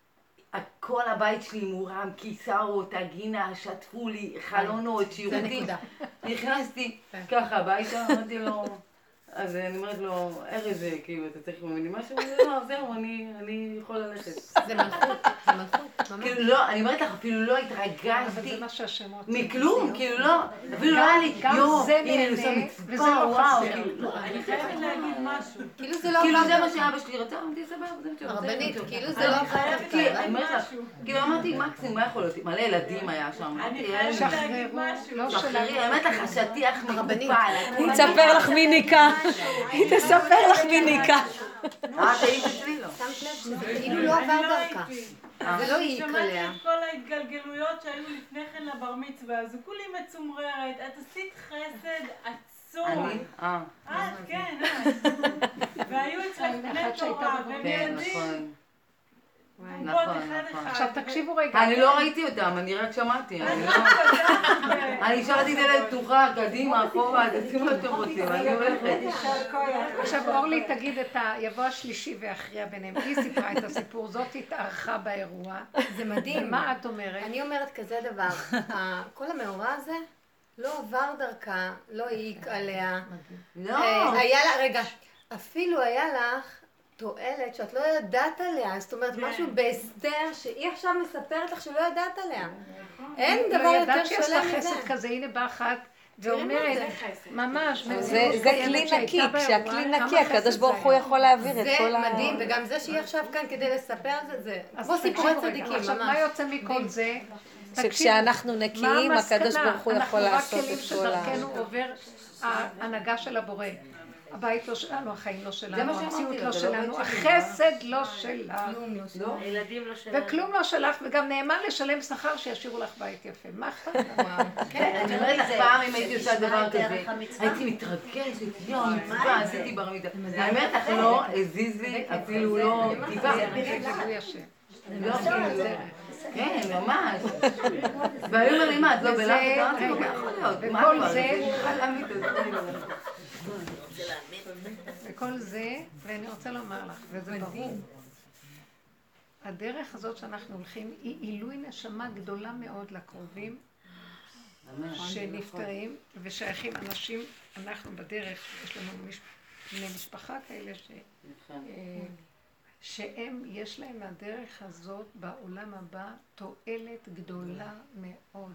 Speaker 12: כל הבית שלי מורם, כיסאות, הגינה, שטפו לי, חלונות, שירותים. נכנסתי ככה הביתה, אמרתי לו, אז אני אומרת לו, ארז, כאילו, אתה צריך ממני משהו? לא, זהו, אני יכולה ללכת.
Speaker 4: זה מלכות, זה מלכות, ממש.
Speaker 12: כאילו לא, אני אומרת לך, אפילו לא התרגשתי מכלום, כאילו לא, אפילו לא היה לי, הנה, נושא מצפה, וואו, כאילו,
Speaker 3: אני חייבת להגיד משהו.
Speaker 4: כאילו זה לא
Speaker 12: כאילו זה מה שאבא שלי רצה, אמרתי, סבבה, זה מצוין.
Speaker 4: הרבנית, כאילו זה לא חייבת
Speaker 12: להגיד משהו. כאילו אמרתי, מקסימום, מה יכול להיות? מלא ילדים היה שם.
Speaker 3: אני חייבת להגיד משהו.
Speaker 12: שחררי, האמת לך, השטיח מקופה.
Speaker 6: היא תספר לך מי ניקה. היא תספר לך מי ניקה.
Speaker 12: תהיית אצלי לו.
Speaker 4: שמת לב שזה כאילו לא עבר דרכה. זה לא העיק עליה.
Speaker 3: שמעתי את כל ההתגלגלויות שהיו לפני כן לבר מצווה, אז כולי מצומררת, את עשית חסד עצום. כן, והיו אצלך בני תורה, והם ילדים.
Speaker 2: עכשיו תקשיבו רגע.
Speaker 12: אני לא ראיתי אותם, אני רק שמעתי. אני השארתי דלת פתוחה, קדימה, אחורה, תשימו מה שאתם רוצים, אני הולכת.
Speaker 2: עכשיו אורלי תגיד את יבוא השלישי והכריע ביניהם. היא סיפרה את הסיפור, זאת התארחה באירוע.
Speaker 4: זה מדהים.
Speaker 2: מה את אומרת?
Speaker 4: אני אומרת כזה דבר, כל המאורע הזה לא עבר דרכה, לא העיק עליה.
Speaker 12: לא.
Speaker 4: היה לה, רגע, אפילו היה לך תועלת שאת לא ידעת עליה, זאת אומרת משהו בהסתר שהיא עכשיו מספרת לך שלא ידעת עליה. אין דבר יותר שלם מזה.
Speaker 2: יש לה חסד כזה, הנה באה אחת ואומרת, ממש,
Speaker 6: זה כלי נקי, כשהכלי נקי, הקדוש ברוך הוא יכול להעביר את כל ה...
Speaker 4: זה מדהים, וגם זה שהיא עכשיו כאן כדי לספר זה כמו סיפורי צדיקים, ממש.
Speaker 2: עכשיו, מה יוצא מכל זה?
Speaker 6: שכשאנחנו נקיים, הקדוש ברוך הוא יכול לעשות את כל ה...
Speaker 2: אנחנו רק כלים שדרכנו עובר ההנהגה של הבורא. הבית לא שלנו, החיים לא שלנו, המציאות לא שלנו, החסד לא שלנו, וכלום לא שלך, וגם נאמן לשלם שכר שישאירו לך בית יפה. מה אכפת לך?
Speaker 12: אני אומרת לך פעם אם הייתי עושה דבר כזה, הייתי מתרגשת, יום מצווה, עשיתי בר מצווה. אני אומרת לך לא, הזיז לי, אפילו לא טיפה.
Speaker 2: זה גילוי השם.
Speaker 12: כן, ממש. והיו אומר לי, מה, את לא בלחץ? אמרתי לו, מה יכול להיות?
Speaker 2: וכל זה, וכל זה, ואני רוצה לומר לך, וזה ברור, הדרך הזאת שאנחנו הולכים היא עילוי נשמה גדולה מאוד לקרובים שנפטרים ושייכים אנשים, אנחנו בדרך, יש לנו בני משפחה כאלה שהם, יש להם מהדרך הזאת בעולם הבא תועלת גדולה מאוד,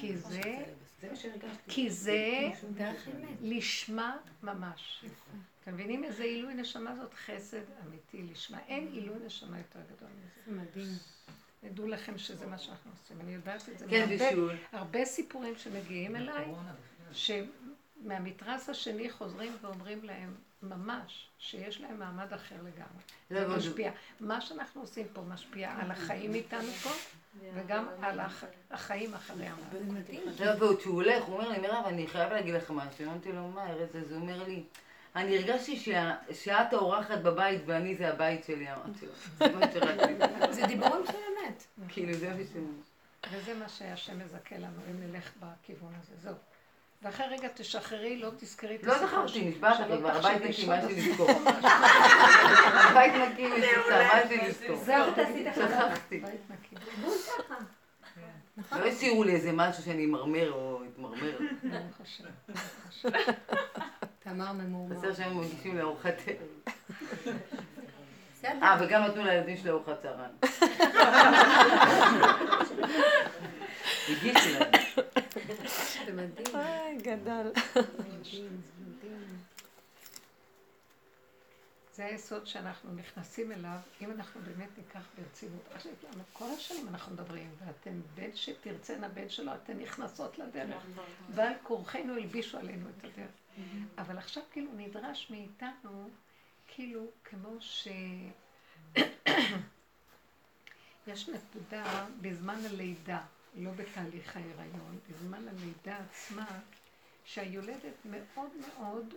Speaker 2: כי זה לשמה ממש. אתם מבינים איזה עילוי נשמה זאת? חסד אמיתי לשמה. אין עילוי נשמה יותר גדול מזה. מדהים. נדעו לכם שזה מה שאנחנו עושים. אני יודעת את זה. הרבה סיפורים שמגיעים אליי, שמהמתרס השני חוזרים ואומרים להם ממש שיש להם מעמד אחר לגמרי. זה משפיע. מה שאנחנו עושים פה משפיע על החיים איתנו פה, וגם על החיים אחרי המוות.
Speaker 12: ועוד שהוא הולך, הוא אומר לי, מירב, אני חייב להגיד לך משהו. אמרתי לו, מה ארץ? אז הוא אומר לי, אני הרגשתי שאת האורחת בבית ואני זה הבית שלי, אמרתי לו. זה מה שרציתי.
Speaker 4: זה דיבורים של אמת.
Speaker 12: כאילו, זה בשביל.
Speaker 2: וזה מה שהשם מזכה לנו, אם נלך בכיוון הזה. זהו. ואחרי רגע תשחררי, לא תזכרי את
Speaker 12: הסיפור. לא זכרתי, נשבעת לי, כבר הבית נקי, מה שלזכור. הבית נקי מסוכר, מה שלזכור.
Speaker 4: זהו, תעשית אחת.
Speaker 12: שכחתי. לא השאירו לי איזה משהו שאני אמרמר או אתמרמר.
Speaker 2: לא חושב.
Speaker 4: תמר ממורמר.
Speaker 12: בסדר שהם מגישים לארוחת וגם נתנו לילדים של ארוחת צהריים. הגישו להם.
Speaker 4: זה מדהים.
Speaker 6: גדל.
Speaker 2: זה היסוד שאנחנו נכנסים אליו, אם אנחנו באמת ניקח ברצינות. כל השנים אנחנו מדברים, ואתן בן שתרצנה בן שלו, אתן נכנסות לדרך. ועל כורחנו הלבישו עלינו את הדרך. אבל עכשיו כאילו נדרש מאיתנו, כאילו כמו יש נקודה בזמן הלידה, לא בתהליך ההיריון, בזמן הלידה עצמה, שהיולדת מאוד מאוד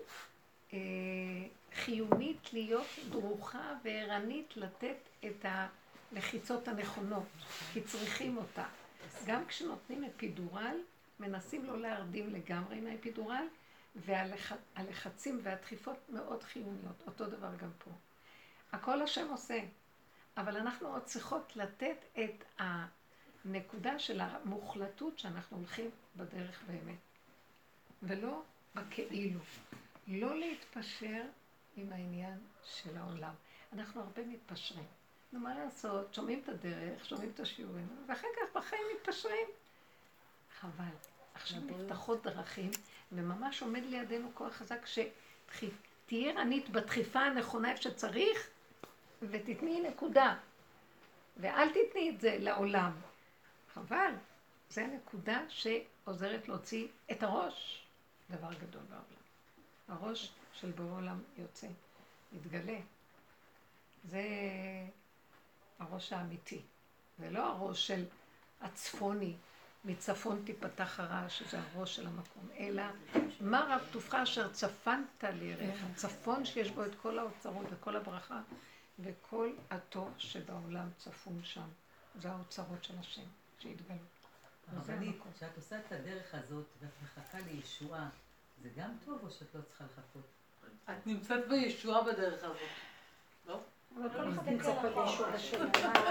Speaker 2: חיונית להיות דרוכה וערנית לתת את הלחיצות הנכונות, כי צריכים אותה. גם כשנותנים אפידורל, מנסים לא להרדים לגמרי עם האפידורל, והלחצים והדחיפות מאוד חיוניות, אותו דבר גם פה. הכל השם עושה, אבל אנחנו עוד צריכות לתת את הנקודה של המוחלטות שאנחנו הולכים בדרך באמת, ולא בכאילו. לא להתפשר עם העניין של העולם. אנחנו הרבה מתפשרים. נו, מה לעשות? שומעים את הדרך, שומעים את השיעורים, ואחר כך בחיים מתפשרים. חבל. עכשיו נפתחות דרכים, וממש עומד לידינו כוח חזק שתהיה ערנית בדחיפה הנכונה איפה שצריך, ותתני נקודה. ואל תתני את זה לעולם. חבל. זה הנקודה שעוזרת להוציא את הראש. דבר גדול בעולם. הראש של בורא עולם יוצא, מתגלה. זה הראש האמיתי. זה לא הראש של הצפוני, מצפון תיפתח הרעש, שזה הראש של המקום, אלא מה רב טובך אשר צפנת לירך, הצפון שיש בו את כל האוצרות וכל הברכה, וכל הטוב שבעולם צפון שם. זה האוצרות של השם שהתגלו.
Speaker 11: הרבנית, כשאת עושה את הדרך הזאת ואת מחכה לישועה, זה גם טוב או שאת לא צריכה לחכות?
Speaker 13: את נמצאת בישועה בדרך הזאת, לא?
Speaker 10: אבל כל אחד נמצא פה בישועה שלה.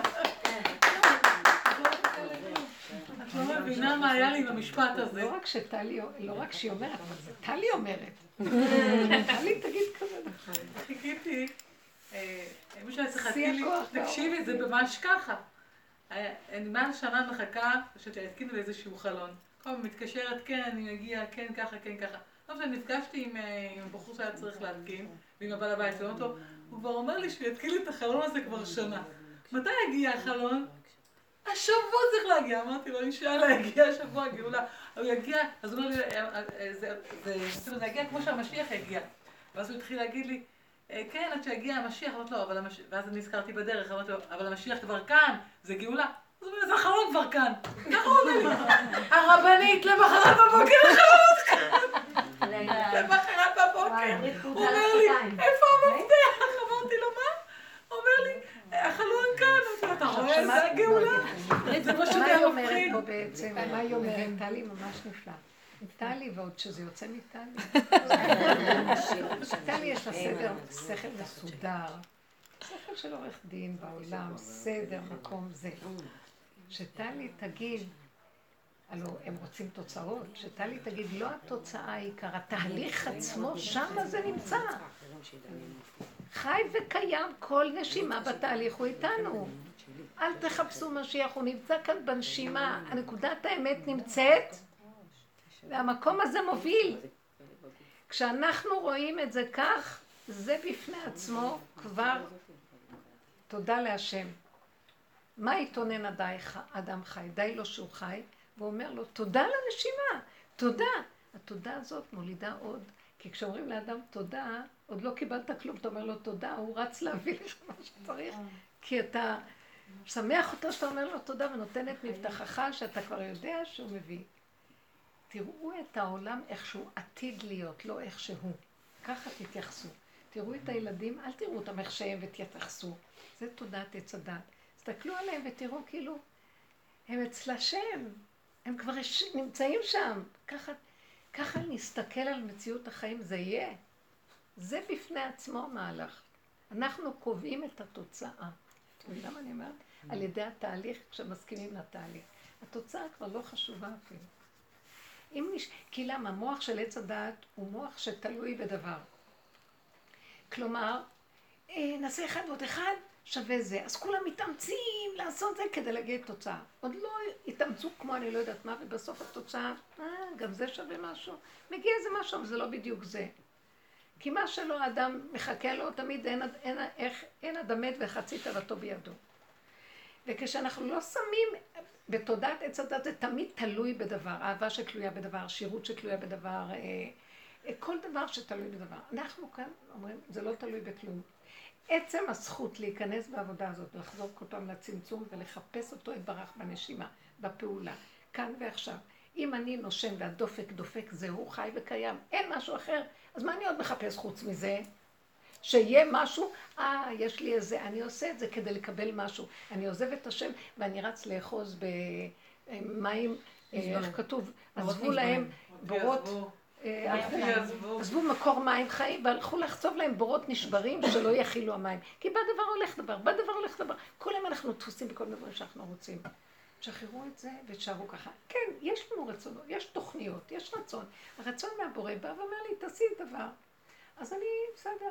Speaker 13: את לא מבינה מה היה לי במשפט הזה.
Speaker 2: לא רק שהיא אומרת, אבל זה טלי אומרת. טלי תגיד כזה נכון.
Speaker 13: חיכיתי, מישהו היה צריך להגיד לי, תקשיבי, זה ממש ככה. אני מעל שנה מחכה שתתקינו לאיזשהו חלון. כל פעם מתקשרת, כן, אני מגיע, כן, ככה, כן, ככה. עכשיו נפגשתי עם הבחור שהיה צריך להתקין, ועם הבעל הבית שלו אותו, הוא כבר אומר לי שהוא יתקין לי את החלון הזה כבר שנה. מתי יגיע החלון? השבוע צריך להגיע. אמרתי לו, אינשאללה, יגיע השבוע הגאולה. הוא יגיע, אז הוא אומר לי, זה יגיע כמו שהמשיח יגיע. ואז הוא התחיל להגיד לי, כן, עד שיגיע המשיח, אמרתי לו, ואז אני הזכרתי בדרך, אמרתי לו, אבל המשיח כבר כאן, זה גאולה. אז הוא אומר, זה החלון כבר כאן. ככה הוא אומר לי, הרבנית, למחרת בבוקר החלון עוד כאן. למחרת בבוקר. הוא אומר לי, איפה המפתח? אמרתי לו, מה? הוא אומר לי, החלון כאן. אתה רואה? זה הגאולה. זה פשוט
Speaker 2: מה היא
Speaker 13: היה
Speaker 2: אומרת
Speaker 13: מפחיד.
Speaker 2: פה בעצם? מה היא אומרת? טלי ממש נפלא. טלי, ועוד שזה יוצא מטלי. טלי יש לה סדר, שכל מסודר. שכל של עורך דין בעולם, סדר, מקום זה. שטלי תגיד, הלו, הם רוצים תוצאות, שטלי תגיד, לא התוצאה העיקר, התהליך עצמו, שם זה נמצא. חי וקיים, כל נשימה בתהליך הוא איתנו. אל תחפשו משיח, הוא נמצא כאן בנשימה, הנקודת האמת נמצאת, והמקום הזה מוביל. כשאנחנו רואים את זה כך, זה בפני עצמו כבר תודה להשם. מה יתונן אדם חי? די לו שהוא חי, והוא אומר לו, תודה לנשימה, תודה. התודה הזאת מולידה עוד, כי כשאומרים לאדם תודה, עוד לא קיבלת כלום, אתה אומר לו תודה, הוא רץ להביא לך מה שצריך, כי אתה שמח אותו שאתה אומר לו תודה ונותן את מבטחך שאתה כבר יודע שהוא מביא. תראו את העולם איך שהוא עתיד להיות, לא איך שהוא. ככה תתייחסו. תראו את הילדים, אל תראו אותם איך שהם ותתייחסו. זה תודעת עץ הדת. תסתכלו עליהם ותראו כאילו, הם אצל השם, הם כבר נמצאים שם. ככה נסתכל על מציאות החיים, זה יהיה. זה בפני עצמו המהלך. אנחנו קובעים את התוצאה. למה אני אומרת? על ידי התהליך, כשמסכימים לתהליך. התוצאה כבר לא חשובה אפילו. כי למה? מוח של עץ הדעת הוא מוח שתלוי בדבר. כלומר, נעשה אחד ועוד אחד שווה זה. אז כולם מתאמצים לעשות זה כדי להגיע תוצאה. עוד לא התאמצו כמו אני לא יודעת מה, ובסוף התוצאה, גם זה שווה משהו. מגיע איזה משהו, אבל זה לא בדיוק זה. כי מה שלא האדם מחכה לו, תמיד אין אדם מת וחצי תאוותו בידו. וכשאנחנו לא שמים בתודעת עץ הדת, זה תמיד תלוי בדבר. אהבה שתלויה בדבר, שירות שתלויה בדבר, כל דבר שתלוי בדבר. אנחנו כאן אומרים, זה לא תלוי בכלום. עצם הזכות להיכנס בעבודה הזאת, לחזור כל פעם לצמצום ולחפש אותו יתברך בנשימה, בפעולה, כאן ועכשיו. אם אני נושם והדופק דופק, זהו חי וקיים, אין משהו אחר, אז מה אני עוד מחפש חוץ מזה? שיהיה משהו, יש לי איזה, אני עושה את זה כדי לקבל משהו. אני עוזב את השם ואני רץ לאחוז במים, איך כתוב, עזבו להם בורות, עזבו מקור מים חיים והלכו לחצוב להם בורות נשברים שלא יכילו המים. כי בדבר הולך דבר, בדבר הולך דבר. כל יום אנחנו תפוסים בכל דבר שאנחנו רוצים. תשחררו את זה ותשארו ככה. כן, יש לנו רצונות, יש תוכניות, יש רצון. הרצון מהבורא בא ואומר לי, תעשי דבר. אז אני, בסדר.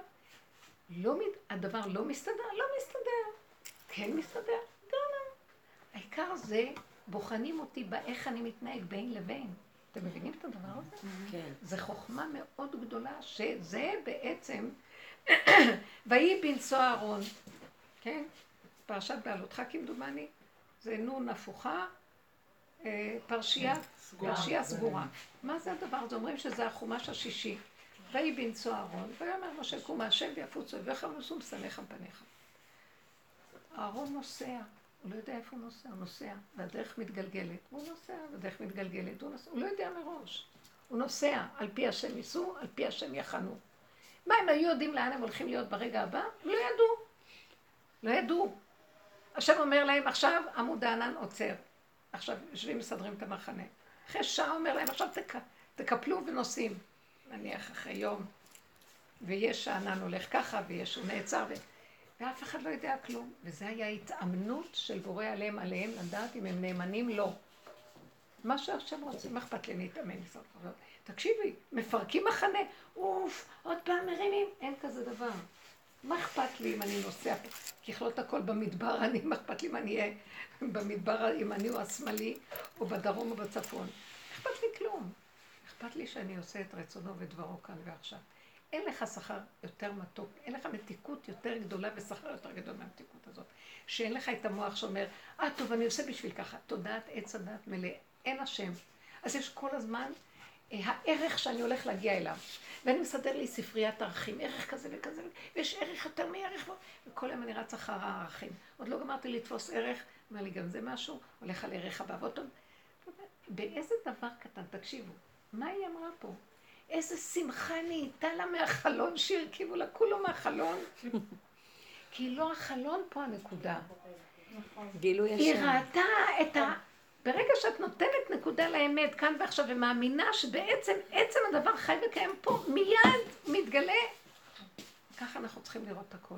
Speaker 2: הדבר לא מסתדר, לא מסתדר. כן מסתדר, גם. העיקר זה, בוחנים אותי באיך אני מתנהג בין לבין. אתם מבינים את הדבר הזה?
Speaker 8: כן.
Speaker 2: זו חוכמה מאוד גדולה, שזה בעצם, ויהי בנשוא אהרון, כן? פרשת בעלותך כמדומני, זה נון הפוכה, פרשייה סגורה. מה זה הדבר הזה? אומרים שזה החומש השישי. ויהי בנשוא אהרון, ויאמר משה קום השם ויפוצו אויביך ונשאו משנאיך פניך. אהרון נוסע, הוא לא יודע איפה הוא נוסע, הוא נוסע, והדרך מתגלגלת. הוא נוסע, והדרך מתגלגלת, הוא לא יודע מראש. הוא נוסע, על פי השם ייסעו, על פי השם יחנו. מה, הם היו יודעים לאן הם הולכים להיות ברגע הבא? לא ידעו. לא ידעו. השם אומר להם, עכשיו עמוד הענן עוצר. עכשיו יושבים מסדרים את המחנה. אחרי שעה אומר להם, עכשיו תקפלו ונוסעים. נניח אחרי יום, ויש הענן הולך ככה, ויש הוא נעצר, ואף אחד לא יודע כלום. וזה היה התאמנות של בורא עליהם לדעת אם הם נאמנים לא. מה שהשם רוצים, מה אכפת לי להתאמן? תקשיבי, מפרקים מחנה, אוף, עוד פעם מרימים, אין כזה דבר. מה אכפת לי אם אני נוסע פה? ככלות הכל במדבר, מה אכפת לי אם אני אהיה במדבר הימני או השמאלי, או בדרום או בצפון? אכפת לי כלום. אכפת לי שאני עושה את רצונו ודברו כאן ועכשיו. אין לך שכר יותר מתוק, אין לך מתיקות יותר גדולה ושכר יותר גדול מהמתיקות הזאת. שאין לך את המוח שאומר, טוב, אני עושה בשביל ככה. תודעת עץ הדת מלא, אין השם. אז יש כל הזמן הערך שאני הולך להגיע אליו. ואני מסדר לי ספריית ערכים, ערך כזה וכזה, ויש ערך יותר מערך, וכל יום אני רץ אחר הערכים. עוד לא גמרתי לתפוס ערך, אומר לי, גם זה משהו, הולך על ערך הבא. באיזה דבר קטן, תקשיבו, מה היא אמרה פה? איזה שמחה נהייתה לה מהחלון שהרכיבו לה, כולו מהחלון. כי לא החלון פה הנקודה.
Speaker 6: גילוי השם.
Speaker 2: היא ראתה את ברגע שאת נותנת נקודה לאמת כאן ועכשיו ומאמינה שבעצם עצם הדבר חי וקיים פה מיד מתגלה. ככה אנחנו צריכים לראות הכל.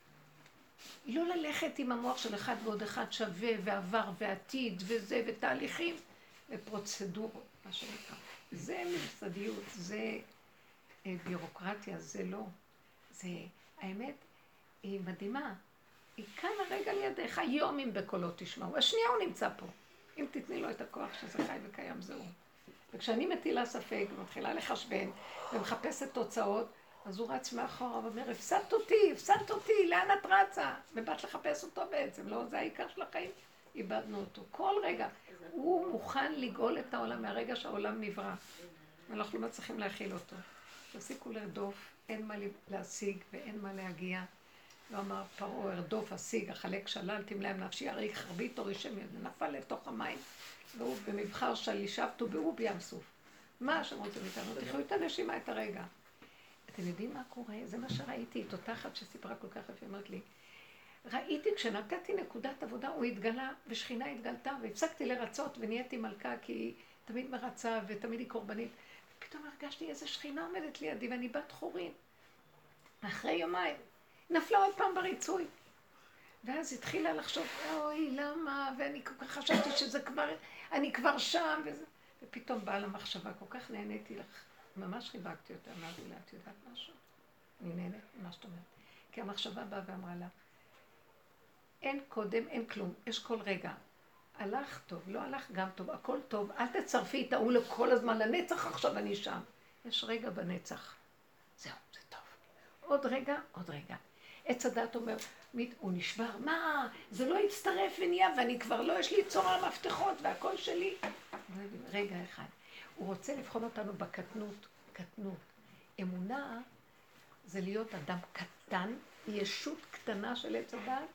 Speaker 2: לא ללכת עם המוח של אחד ועוד אחד שווה ועבר ועתיד וזה ותהליכים ופרוצדורות, מה שנקרא. זה ממסדיות, זה בירוקרטיה, זה לא. זה, האמת, היא מדהימה. היא כאן הרגע לידיך, יום אם בקולו תשמעו. השנייה הוא נמצא פה. אם תתני לו את הכוח שזה חי וקיים, זהו. וכשאני מטילה ספק ומתחילה לחשבן ומחפשת תוצאות, אז הוא רץ מאחורה ואומר, הפסדת אותי, לאן את רצה? ובאת לחפש אותו בעצם, לא, זה העיקר של החיים, איבדנו אותו. כל רגע, הוא מוכן לגאול את העולם מהרגע שהעולם נברא. ואנחנו לא מצליחים להכיל אותו. תפסיקו לרדוף, אין מה להשיג ואין מה להגיע. לא אמר פרעה, ארדוף, השיג, החלק שלל, תמלאם נפשי, הרי חרבי תורי שם נפל לתוך המים. והוא במבחר שלי שבתו והוא בים סוף. מה השם רוצה מאיתנו? תחיו את הנשימה את הרגע. אתם יודעים מה קורה? זה מה שראיתי, את אותה אחת שסיפרה כל כך יפה, אמרת לי. ראיתי כשנתתי נקודת עבודה, הוא התגלה ושכינה התגלתה, והפסקתי לרצות ונהייתי מלכה כי היא תמיד מרצה ותמיד היא קורבנית. ופתאום הרגשתי איזה שכינה עומדת לידי ואני בת חורין. אחרי יומיים, נפלה עוד פעם בריצוי. ואז התחילה לחשוב, אוי, למה? ואני כל כך חשבתי שזה כבר, אני כבר שם. ופתאום באה למחשבה, כל כך נהניתי לך. ממש חיבקתי אותה, אמרתי לה, את יודעת משהו? אני נהנית, מה שאת אומרת. כי המחשבה באה ואמרה לה, אין קודם, אין כלום, יש כל רגע. הלך טוב, לא הלך גם טוב, הכל טוב, אל תצרפי את ההוא לכל הזמן, לנצח עכשיו אני שם. יש רגע בנצח. זהו, זה טוב. עוד רגע, עוד רגע. עץ הדת אומר, הוא נשבר, מה? זה לא יצטרף ונהיה, ואני כבר לא, יש לי צור על המפתחות והכל שלי. רגע אחד. הוא רוצה לבחון אותנו בקטנות, קטנות. אמונה זה להיות אדם קטן, ישות קטנה של עץ הדת,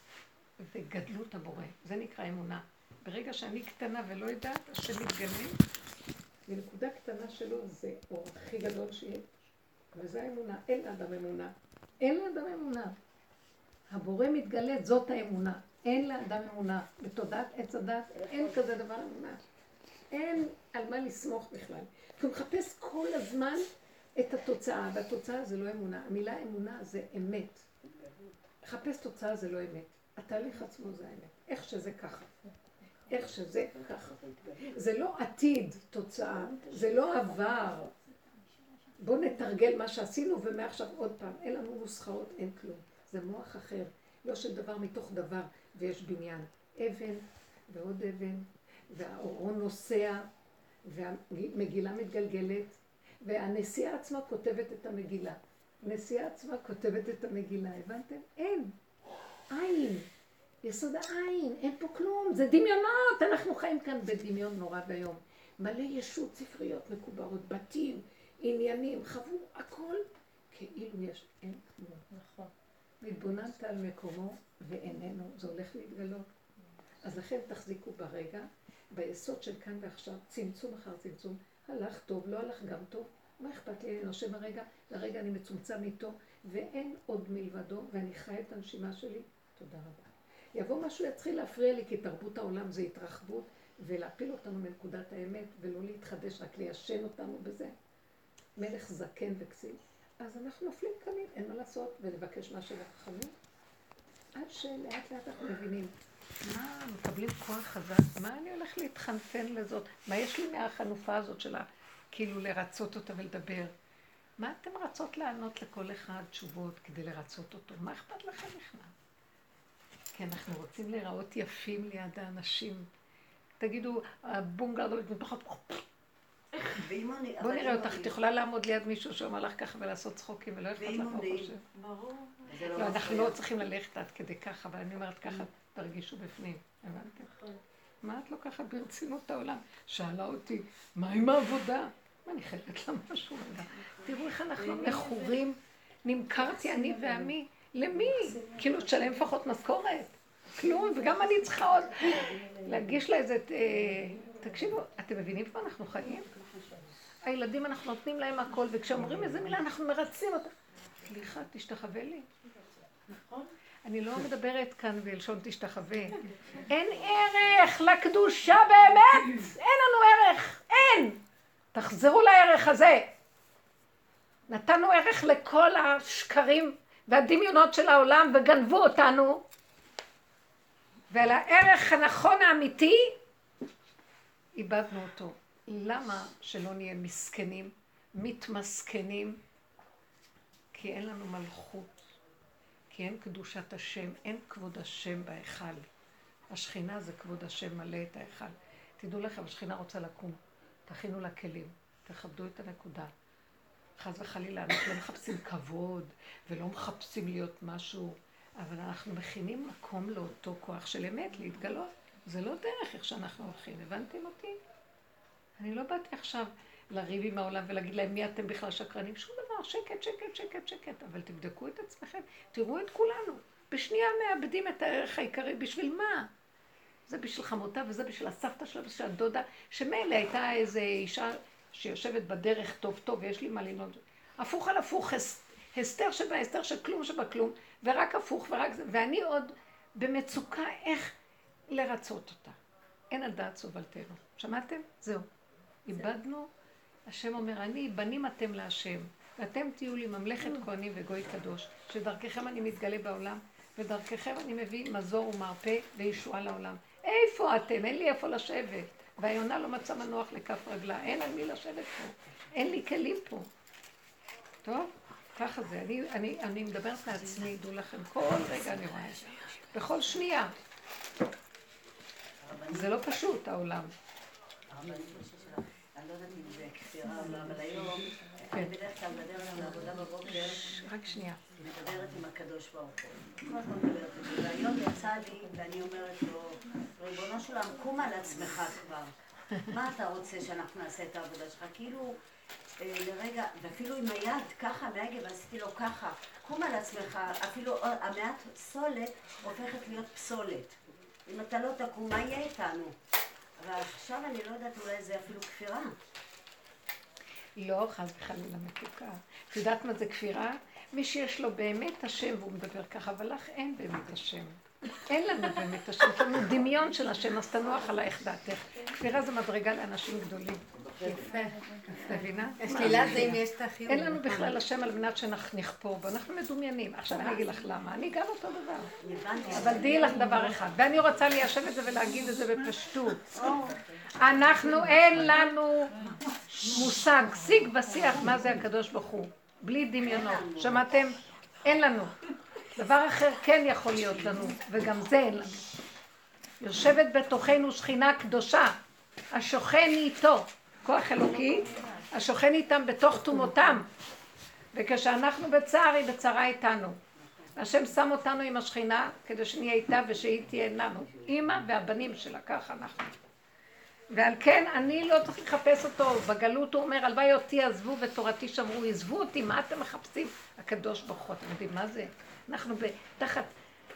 Speaker 2: וגדלות הבורא. זה נקרא אמונה. ברגע שאני קטנה ולא יודעת, השם מתגלה, ונקודה קטנה שלו זה אור הכי גדול שיש. וזה האמונה. אין לאדם אמונה. אין לאדם אמונה. הבורא מתגלה, זאת האמונה. אין לאדם אמונה. בתודעת עץ הדת אין כזה דבר אמונה. אין על מה לסמוך בכלל. הוא מחפש כל הזמן את התוצאה, והתוצאה זה לא אמונה. המילה אמונה זה אמת. לחפש תוצאה זה לא אמת. התהליך עצמו זה האמת. איך שזה ככה. איך שזה ככה. זה לא עתיד תוצאה, זה לא עבר. בואו נתרגל מה שעשינו ומעכשיו עוד פעם. אין לנו נוסחאות, אין כלום. זה מוח אחר. לא של דבר מתוך דבר, ויש בניין. אבן ועוד אבן. והאורון נוסע, והמגילה מתגלגלת, והנשיאה עצמה כותבת את המגילה. הנשיאה עצמה כותבת את המגילה, הבנתם? אין. עין. יסוד העין, אין פה כלום. זה דמיונות. אנחנו חיים כאן בדמיון נורא והיום. מלא ישות, ספריות מקוברות, בתים, עניינים, חוו, הכל כאילו יש, אין כלום. נכון. מתבוננת על מקומו ואיננו, זה הולך להתגלות. אז לכן תחזיקו ברגע, ביסוד של כאן ועכשיו, צמצום אחר צמצום, הלך טוב, לא הלך גם טוב, מה אכפת לי, אני נושם הרגע, לרגע אני מצומצם איתו, ואין עוד מלבדו, ואני חי את הנשימה שלי, תודה רבה. יבוא משהו יתחיל להפריע לי, כי תרבות העולם זה התרחבות, ולהפיל אותנו מנקודת האמת, ולא להתחדש, רק ליישן אותנו בזה. מלך זקן וכסיל. אז אנחנו נופלים קמים, אין מה לעשות, ולבקש מה של החכמים, עד שלאט לאט אנחנו מבינים. מה, מקבלים כוח חזק? מה אני הולך להתחנפן לזאת? מה יש לי מהחנופה הזאת שלה? כאילו לרצות אותה ולדבר. מה אתם רצות לענות לכל אחד תשובות כדי לרצות אותו? מה אכפת לכם בכלל? כי אנחנו רוצים להיראות יפים ליד האנשים. תגידו, הבונגר, פחות... בוא נראה אותך, את יכולה לעמוד ליד מישהו שאומר לך ככה ולעשות צחוקים ולא אכפת לך מה הוא חושב.
Speaker 8: ברור.
Speaker 2: לא, אנחנו לא צריכים ללכת עד כדי ככה, אבל אני אומרת ככה, תרגישו בפנים, הבנתם? מה את לוקחת ברצינות העולם? שאלה אותי, מה עם העבודה? מה, אני חייבת לה משהו רגע? תראו איך אנחנו מכורים, נמכרתי אני ועמי, למי? כאילו תשלם לפחות משכורת, כלום, וגם אני צריכה עוד להגיש לה איזה... תקשיבו, אתם מבינים פה אנחנו חיים? הילדים אנחנו נותנים להם הכל, וכשאומרים איזה מילה אנחנו מרצים אותה. סליחה, תשתחווה לי. נכון. אני לא מדברת כאן בלשון תשתחווה. אין ערך לקדושה באמת! אין לנו ערך! אין! תחזרו לערך הזה. נתנו ערך לכל השקרים והדמיונות של העולם וגנבו אותנו. ועל הערך הנכון האמיתי, איבדנו אותו. למה שלא נהיה מסכנים, מתמסכנים? כי אין לנו מלכות. כי אין קדושת השם, אין כבוד השם בהיכל. השכינה זה כבוד השם מלא את ההיכל. תדעו לכם, השכינה רוצה לקום. תכינו לה כלים, תכבדו את הנקודה. חס וחלילה, אנחנו לא מחפשים כבוד ולא מחפשים להיות משהו, אבל אנחנו מכינים מקום לאותו כוח של אמת להתגלות. זה לא דרך איך שאנחנו הולכים. הבנתם אותי? אני לא באתי עכשיו לריב עם העולם ולהגיד להם מי אתם בכלל שקרנים. שום דבר, שקט, שקט, שקט, שקט. אבל תבדקו את עצמכם, תראו את כולנו. בשנייה מאבדים את הערך העיקרי. בשביל מה? זה בשביל חמותה וזה בשביל הסבתא שלה ושל הדודה, שמילא הייתה איזו אישה שיושבת בדרך טוב טוב ויש לי מה ללמוד. הפוך על הפוך, הסתר שבה, הסתר של כלום שבכלום, ורק הפוך ורק זה. ואני עוד במצוקה איך לרצות אותה. אין על דעת סובלתנו. שמעתם? זהו. איבדנו. השם אומר, אני, בנים אתם להשם, ואתם תהיו לי ממלכת כהנים וגוי קדוש, שדרככם אני מתגלה בעולם, ודרככם אני מביא מזור ומרפא וישועה לעולם. איפה אתם? אין לי איפה לשבת. והיונה לא מצא מנוח לכף רגלה. אין על מי לשבת פה. אין לי כלים פה. טוב? ככה זה. אני מדברת לעצמי, דעו לכם, כל רגע אני רואה. בכל שנייה. זה לא פשוט, העולם.
Speaker 14: אני לא יודעת אם זה כפירה, אבל היום אני בדרך כלל מדברת על העבודה בבוקר.
Speaker 2: רק שנייה.
Speaker 14: מדברת עם הקדוש ברוך הוא. כל הזמן מדברת את זה. והיום יצא לי, ואני אומרת לו, ריבונו של עולם, קום על עצמך כבר. מה אתה רוצה שאנחנו נעשה את העבודה שלך? כאילו, לרגע, ואפילו עם היד, ככה, מהגב, עשיתי לו ככה. קום על עצמך, אפילו המעט סולת הופכת להיות פסולת. אם אתה לא תקום, מה יהיה איתנו? אבל עכשיו אני לא יודעת, אולי זה אפילו כפירה.
Speaker 2: לא, חס וחלילה מתוקה. את יודעת מה זה כפירה? מי שיש לו באמת השם והוא מדבר ככה, אבל לך אין באמת השם. אין לנו באמת השם, יש לנו דמיון של השם, אז תנוח עלייך דעתך. כפירה זה מדרגה לאנשים גדולים.
Speaker 4: יפה.
Speaker 2: מבינה?
Speaker 4: השלילה זה אם יש את החיוב.
Speaker 2: אין לנו בכלל השם על מנת שנכפור בו, אנחנו מדומיינים. עכשיו אני אגיד לך למה, אני גם אותו דבר. אבל דעי לך דבר אחד, ואני רוצה ליישב את זה ולהגיד את זה בפשטות. אנחנו, אין לנו מושג, שיג ושיח מה זה הקדוש ברוך הוא, בלי דמיונות. שמעתם? אין לנו. דבר אחר כן יכול להיות לנו, וגם זה אין לנו. יושבת בתוכנו שכינה קדושה, השוכן איתו. כוח אלוקי, השוכן איתם בתוך תומותם. וכשאנחנו בצער, היא בצרה איתנו. השם שם אותנו עם השכינה, כדי שנהיה איתה ושהיא תהיה לנו. אמא והבנים שלה, ככה אנחנו. ועל כן, אני לא צריך לחפש אותו. בגלות הוא אומר, הלוואי אותי עזבו ותורתי שמרו, עזבו אותי, מה אתם מחפשים? הקדוש ברוך הוא, אתם יודעים מה זה? אנחנו תחת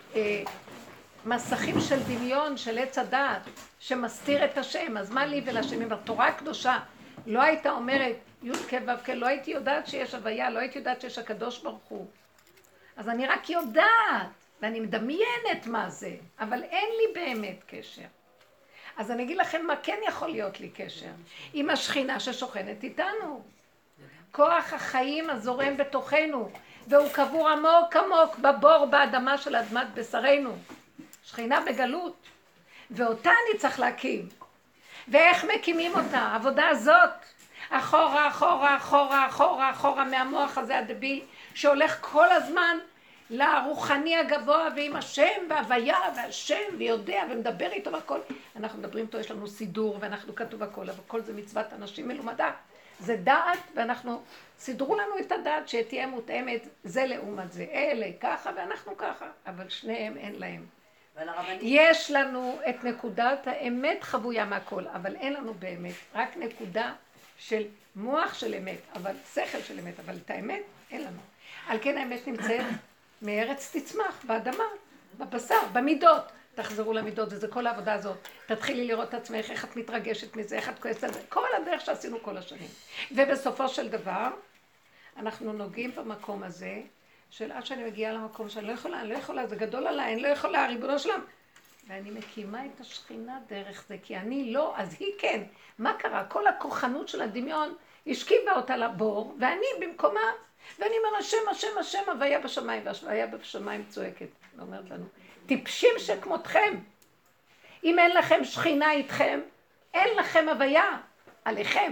Speaker 2: מסכים של דמיון, של עץ הדעת, שמסתיר את השם. אז מה לי ולשם? אם התורה הקדושה לא הייתה אומרת י' כ' לא הייתי יודעת שיש הוויה, לא הייתי יודעת שיש הקדוש ברוך הוא. אז אני רק יודעת, ואני מדמיינת מה זה, אבל אין לי באמת קשר. אז אני אגיד לכם מה כן יכול להיות לי קשר. עם השכינה ששוכנת איתנו. כוח החיים הזורם בתוכנו, והוא קבור עמוק עמוק בבור באדמה של אדמת בשרנו. שכינה בגלות. ואותה אני צריך להקים. ואיך מקימים אותה? העבודה הזאת. אחורה, אחורה, אחורה, אחורה, אחורה מהמוח הזה הדביל, שהולך כל הזמן לרוחני הגבוה ועם השם והוויה והשם ויודע ומדבר איתו והכל. אנחנו מדברים איתו, יש לנו סידור ואנחנו כתוב הכל, אבל כל זה מצוות אנשים מלומדה. זה דעת ואנחנו, סידרו לנו את הדעת שתהיה מותאמת זה לעומת זה. אלה ככה ואנחנו ככה, אבל שניהם אין להם. יש לנו את נקודת האמת חבויה מהכל, אבל אין לנו באמת, רק נקודה של מוח של אמת, אבל שכל של אמת, אבל את האמת אין לנו. על כן האמת נמצאת מארץ תצמח, באדמה, בבשר, במידות. תחזרו למידות, וזה כל העבודה הזאת. תתחילי לראות את עצמך, איך את מתרגשת מזה, איך את כועסת על זה, כל הדרך שעשינו כל השנים. ובסופו של דבר, אנחנו נוגעים במקום הזה, של עד שאני מגיעה למקום שאני לא יכולה, זה גדול עליי, אני לא יכולה, ריבונו שלם. ואני מקימה את השכינה דרך זה, כי אני לא, אז היא כן. מה קרה? כל הכוחנות של הדמיון השכיבה אותה לבור, ואני במקומה, ואני אומר, השם, הוויה בשמיים, והוויה בשמיים צועקת. היא אומרת לנו, טיפשים שכמותכם. אם אין לכם שכינה איתכם, אין לכם הוויה עליכם.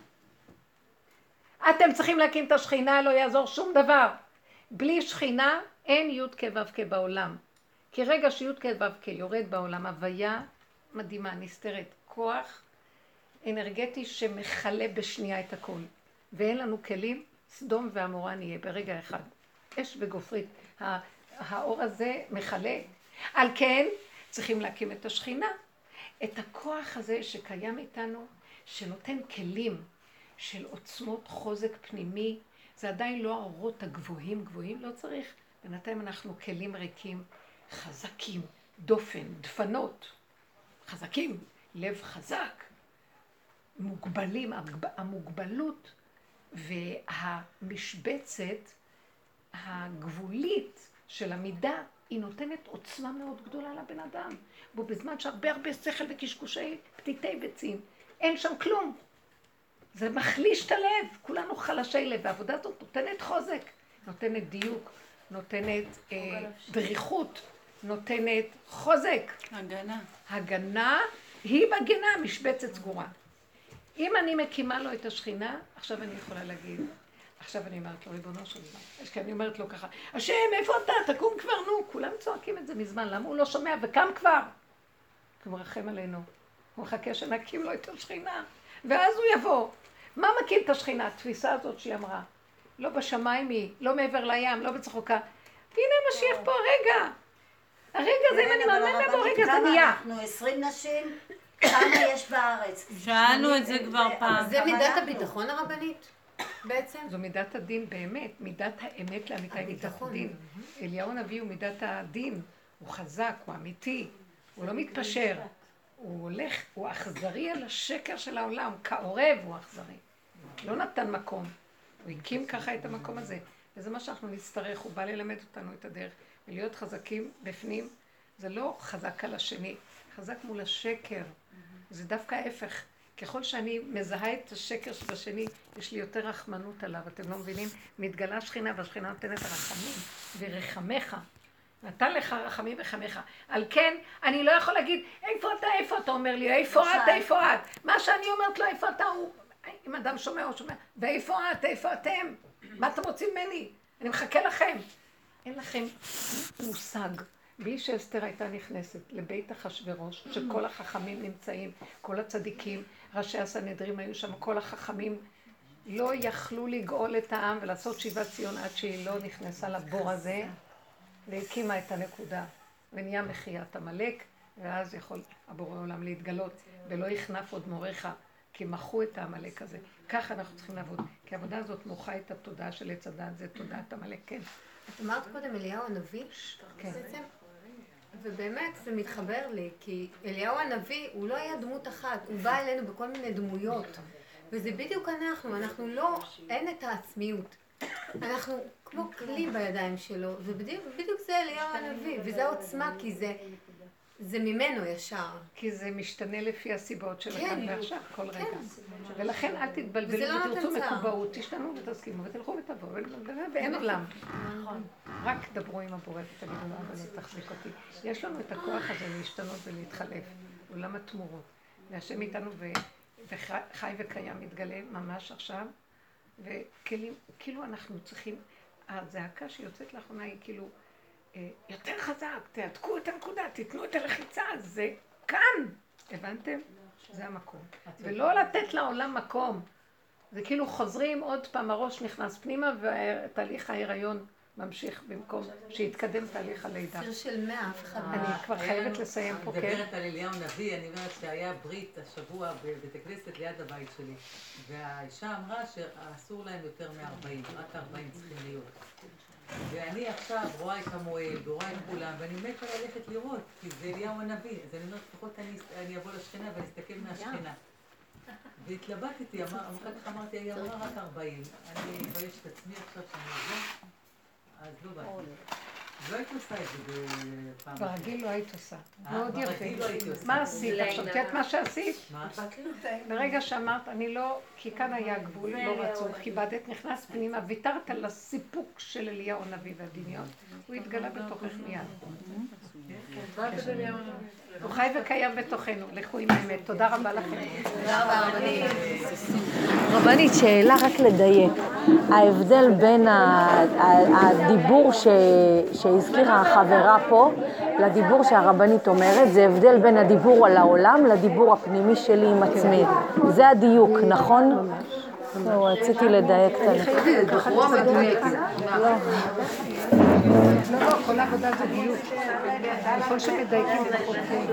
Speaker 2: אתם צריכים להקים את השכינה, לא יעזור שום דבר. בלי שכינה אין י' כו' בעולם. כי רגע שי' כו' יורד בעולם, הוויה מדהימה, נסתרת, כוח אנרגטי שמחלה בשנייה את הכל. ואין לנו כלים, סדום ועמורה נהיה ברגע אחד. אש וגופרית, האור הזה מחלה. על כן צריכים להקים את השכינה, את הכוח הזה שקיים איתנו, שנותן כלים של עוצמות חוזק פנימי. זה עדיין לא האורות הגבוהים, לא צריך. בינתיים אנחנו כלים ריקים, חזקים, דופן, דפנות, חזקים, לב חזק, מוגבלים, המוגבלות והמשבצת הגבולית של המידה היא נותנת עוצמה מאוד גדולה לבן אדם. בו בזמן שהרבה שכל וקשקושי פתיתי ביצים, אין שם כלום. זה מחליש את הלב, כולנו חלשי לב, והעבודה הזאת נותנת חוזק, נותנת דיוק, נותנת דריכות, נותנת חוזק. הגנה היא מגנה, משבצת סגורה. אם אני מקימה לו את השכינה, עכשיו אני יכולה להגיד, עכשיו אני אומרת לו, ריבונו של עולם, כי אני אומרת לו ככה, השם, איפה אתה? תקום כבר, נו. כולם צועקים את זה מזמן, למה הוא לא שומע וקם כבר? הוא מרחם עלינו, הוא מחכה שנקים לו את השכינה, ואז הוא יבוא. מה מקים את השכינה? התפיסה הזאת שהיא אמרה, לא בשמיים היא, לא מעבר לים, לא בצחוקה. הנה משיח פה הרגע. הרגע זה, אם אני מאמין בו, רגע זה נהיה.
Speaker 14: אנחנו 20 נשים, כמה יש בארץ?
Speaker 3: שאלנו את זה כבר פעם.
Speaker 4: זה מידת הביטחון הרבנית, בעצם?
Speaker 2: זו מידת הדין באמת, מידת האמת לאמיתה היא מידת הדין. אליהו הנביא הוא מידת הדין, הוא חזק, הוא אמיתי, הוא לא מתפשר. הוא הולך, הוא אכזרי על השקר של העולם, כעורב הוא אכזרי. לא נתן מקום, הוא הקים ככה את המקום הזה. וזה מה שאנחנו נצטרך, הוא בא ללמד אותנו את הדרך. ולהיות חזקים בפנים, זה לא חזק על השני, חזק מול השקר. זה דווקא ההפך. ככל שאני מזהה את השקר שבשני, יש לי יותר רחמנות עליו. אתם לא מבינים? מתגלה שכינה, והשכינה נותנת רחמים ורחמך. נתן לך רחמים וחמך. על כן, אני לא יכול להגיד, איפה אתה אומר לי, איפה את? מה שאני אומרת לו, איפה אתה, הוא, אם אדם שומע או שומע, ואיפה איפה אתם? מה אתם רוצים ממני? אני מחכה לכם. אין לכם מושג. בלי שאסתר הייתה נכנסת לבית אחשוורוש, שכל החכמים נמצאים, כל הצדיקים, ראשי הסנהדרין היו שם, כל החכמים לא יכלו לגאול את העם ולעשות שיבת ציון עד שהיא לא נכנסה לבור הזה, והקימה את הנקודה, ונהיה מחיית עמלק, ואז יכול הבורא עולם להתגלות, ולא יכנף עוד מוריך, כי מחו את העמלק הזה. ככה אנחנו צריכים לעבוד, כי העבודה הזאת מוחה את התודעה של עץ הדת, זה תודעת עמלק, כן.
Speaker 4: את אמרת קודם אליהו הנביא? כן. ובאמת זה מתחבר לי, כי אליהו הנביא הוא לא היה דמות אחת, הוא בא אלינו בכל מיני דמויות, וזה בדיוק אנחנו לא, אין את העצמיות. אנחנו כמו כלי בידיים שלו, ובדיוק זה אליהו הנביא, וזה העוצמה, כי זה ממנו ישר.
Speaker 2: כי זה משתנה לפי הסיבות של כאן ועכשיו, כל רגע. ולכן אל תתבלבלו ותרצו מקובעות, תשתנו ותסכימו ותלכו ותבואו, ואין עולם. רק דברו עם הבורא ותגידו לו, אבל תחזיק אותי. יש לנו את הכוח הזה להשתנות ולהתחלף, עולם התמורות. והשם איתנו וחי וקיים מתגלה ממש עכשיו, וכאילו אנחנו צריכים, הזעקה שיוצאת לאחרונה היא כאילו, יותר חזק, תעתקו את הנקודה, תיתנו את הלחיצה, זה כאן, הבנתם? זה המקום. ולא לתת לעולם מקום. זה כאילו חוזרים עוד פעם, הראש נכנס פנימה, ותהליך ההיריון ממשיך במקום שיתקדם תהליך הלידה.
Speaker 4: שיר של 100, אף אחד.
Speaker 2: אני כבר חייבת לסיים פה, כן?
Speaker 11: אני מדברת על אליהו נביא, אני אומרת שהיה ברית השבוע בבית הכנסת ליד הבית שלי, והאישה אמרה שאסור להם יותר מ-40, רק 40 צריכים להיות. ואני עכשיו רואה את המועל, ורואה את כולם, ואני מתה ללכת לראות, כי זה אליהו הנביא. אז אני אומרת, לפחות אני אבוא לשכנה ואני אסתכל מהשכנה. והתלבטתי, אחר כך אמרתי, היא אמרה רק 40. אני מבייש את עצמי עכשיו שאני אבוא. אז לא באתי. לא היית עושה את זה בפעם.
Speaker 2: ברגיל לא היית עושה. מאוד יפה.
Speaker 11: ברגיל לא הייתי עושה.
Speaker 2: מה עשית עכשיו? את יודעת מה שעשית?
Speaker 11: מה?
Speaker 2: ברגע שאמרת, אני לא, כי כאן היה גבול, לא רצו, כיבדת, נכנס פנימה, ויתרת על הסיפוק של אליהו הנביא והדמיון, הוא התגלה בתוכך מיד. הוא חי וקיים בתוכנו, לכו עם האמת. תודה רבה לכם.
Speaker 8: תודה רבה רבנית. רבנית, שאלה רק לדייק. ההבדל בין הדיבור שהזכירה החברה פה, לדיבור שהרבנית אומרת, זה הבדל בין הדיבור על העולם לדיבור הפנימי שלי עם עצמי. זה הדיוק, נכון? רציתי לדייק את זה.
Speaker 12: בחורה מדויקת.
Speaker 2: לא, כל העבודה זה דיוק. ככל שמדייקים פחות.